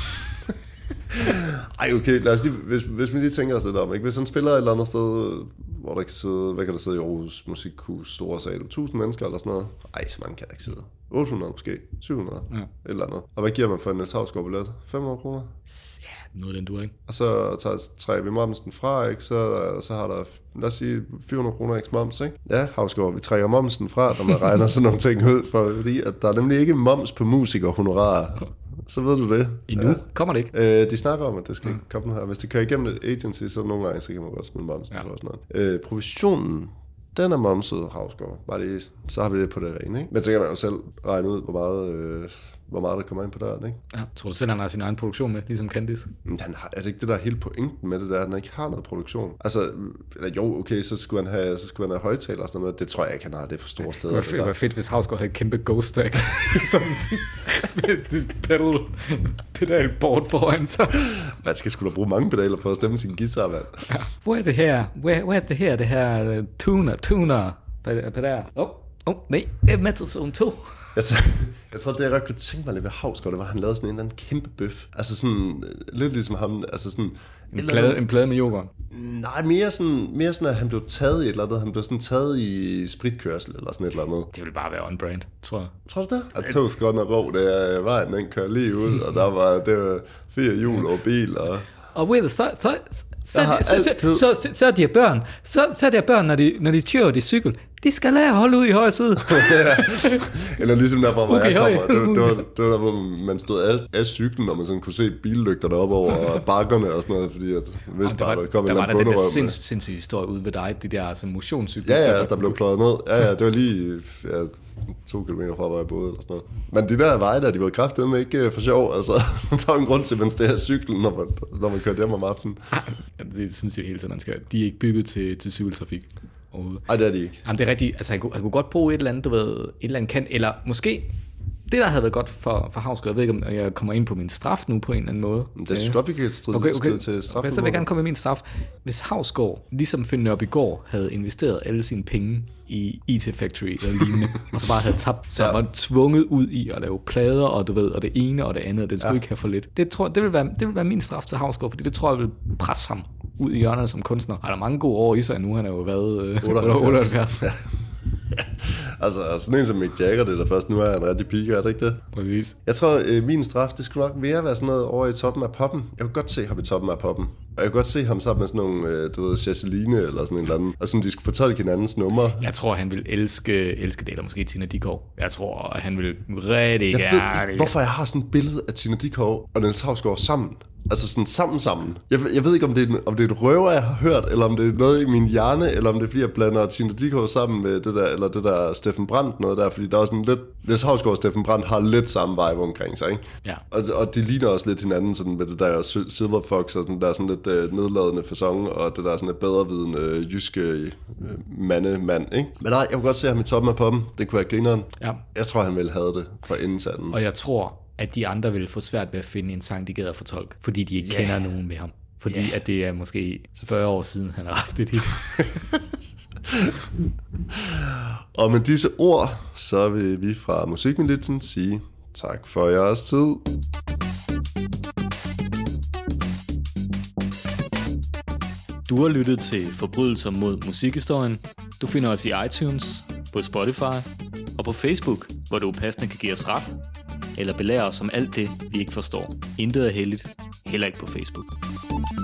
Ej, okay, lad os lige, hvis vi lige tænker os lidt om, ikke? Hvis han spiller et eller andet sted, hvor der kan sidde, hvad kan der sidde i Aarhus Musikhus, store sal, 1000 mennesker eller sådan noget. Ej, så mange kan der ikke sidde. 800 måske, 700, et eller andet. Og hvad giver man for en Niels Hausgaard billet? 500 kroner? Ja, noget den du, ikke? Og så trækker vi momsen fra, ikke? Så har der, lad os sige, 400 kroner ekstra moms, ikke? Ja, Hausgaard, vi trækker momsen fra, når man regner sådan nogle ting ud, fordi at der er nemlig ikke moms på musikerhonorarer. Så ved du det. Endnu kommer det ikke. De snakker om, at det skal ikke komme nu her. Hvis det kører igennem et agency, så nogle gange, så kan man godt smide momsen på og sådan noget. Provisionen, den er momset, Hausgaard. Bare lige, så har vi det på det rene, ikke? Men så kan man jo selv regne ud, hvor hvor meget der kommer ind på døren, ikke? Ja, tror du selv, han har sin egen produktion med, ligesom Candice? Men er det ikke det, der er hele pointen med det der, at han ikke har noget produktion? Altså, jo, okay, så skulle han have højtaler og sådan noget. Det tror jeg ikke, han har. Det er for store steder. Det var fedt, hvis Hausgaard havde et kæmpe ghost stack. Sådan med et pedalboard foran sig. Man skal sgu da bruge mange pedaler for at stemme sin guitar, mand. Ja. Hvor er det her? Hvor er det her? Det her tuner pedal. Nej, det er Metal Zone 2. Jeg tror, det jeg godt kunne tænke mig lidt ved Hausgaard, det var, at han lavede sådan en eller anden kæmpe bøf. Altså sådan, lidt ligesom ham, altså sådan... En plade med yoghurt? Nej, mere sådan, at han blev taget i et eller andet. Han blev sådan taget i spritkørsel eller sådan et eller andet. Det ville bare være on-brand, tror jeg. Tror du det? At tog godt nok rå, det er vejen, den kører lige ud, og det var 4 hjul og bil, og... Og ved du, så er de her børn, så er de her børn, når de kører de cykel, de skal lære at holde ud i højre side. Eller ligesom der, hvor jeg kommer. Det var der, hvor man stod af cyklen, og man sådan kunne se billygterne op over bakkerne og sådan noget, fordi at hvis bare der kom en eller anden bunderøv. Der var den der sindssyge historie ude ved dig, de der altså, motionscykler. Ja, der blev pløjet ned. Ja, det var lige 2 kilometer fra, hvor jeg boede, eller sådan noget. Men de der veje der, de var kraftedeme ikke for sjov. Altså, der var en grund til, at man steg af cyklen, når man kørte hjem om aftenen. Det synes jeg hele tiden, man skal. De er ikke bygget til cykeltrafik overhovedet. Nej, det er de ikke. Jamen, det er rigtigt. Altså, han kunne godt bruge et eller andet, et eller andet kant, eller måske... Det, der havde været godt for Hausgaard, jeg ved ikke, om jeg kommer ind på min straf nu på en eller anden måde. Det synes godt, vi kan skride til straffen. Okay, så vil jeg gerne komme med min straf. Hvis Hausgaard, ligesom Finn Nørbygaard, havde investeret alle sine penge i IT Factory eller lignende, og så bare havde tabt, så han var tvunget ud i at lave plader, og du ved, og det ene og det andet, og det skulle ikke have for lidt. Det vil være min straf til Hausgaard, fordi det tror jeg vil presse ham ud i hjørnet som kunstner. Han har mange gode år i sig nu, han er jo været 78. Ja. Altså sådan en som Mick Jagger, det der først nu er en rigtig piker, er det ikke det? Præcis. Jeg tror, min straf, det skulle nok mere være sådan noget over i toppen af poppen. Jeg kunne godt se ham i toppen af poppen. Og jeg kunne godt se ham sammen med sådan nogle, du ved, Chasseline eller sådan en eller anden. Og sådan, de skulle fortolke hinandens numre. Jeg tror, han vil elske det, eller måske Tina Dickow. Jeg tror, han vil rigtig gerne. Hvorfor jeg har sådan et billede af Tina Dickow og Niels Hausgaard sammen. Altså sådan sammen. Jeg ved ikke, om det er et røver, jeg har hørt, eller om det er noget i min hjerne, eller om det er, fordi jeg blander Tina Dickow sammen med det der, eller det der Steffen Brandt noget der, fordi der er sådan lidt... Niels Hausgaard og Steffen Brandt har lidt samme vibe omkring sig, ikke? Ja. Og de ligner også lidt hinanden, sådan med det der Silver Fox, og den der sådan lidt nedladende facon, og det der sådan lidt bedrevidende jyske mand, ikke? Men nej, jeg kunne godt se ham i toppen af poppen. Det kunne være grineren. Ja. Jeg tror, han ville have det fra inden til anden. Og jeg tror, at de andre vil få svært ved at finde en sang, de gider fortolke, fordi de ikke kender nogen med ham. Fordi at det er måske 40 år siden, han har haft det hit. Og med disse ord, så vil vi fra Musikmilitsen sige tak for jeres tid. Du har lyttet til Forbrydelser mod musikhistorien. Du finder os i iTunes, på Spotify og på Facebook, hvor du passende kan give os ret, eller belære os om alt det, vi ikke forstår. Intet er heldigt, heller ikke på Facebook.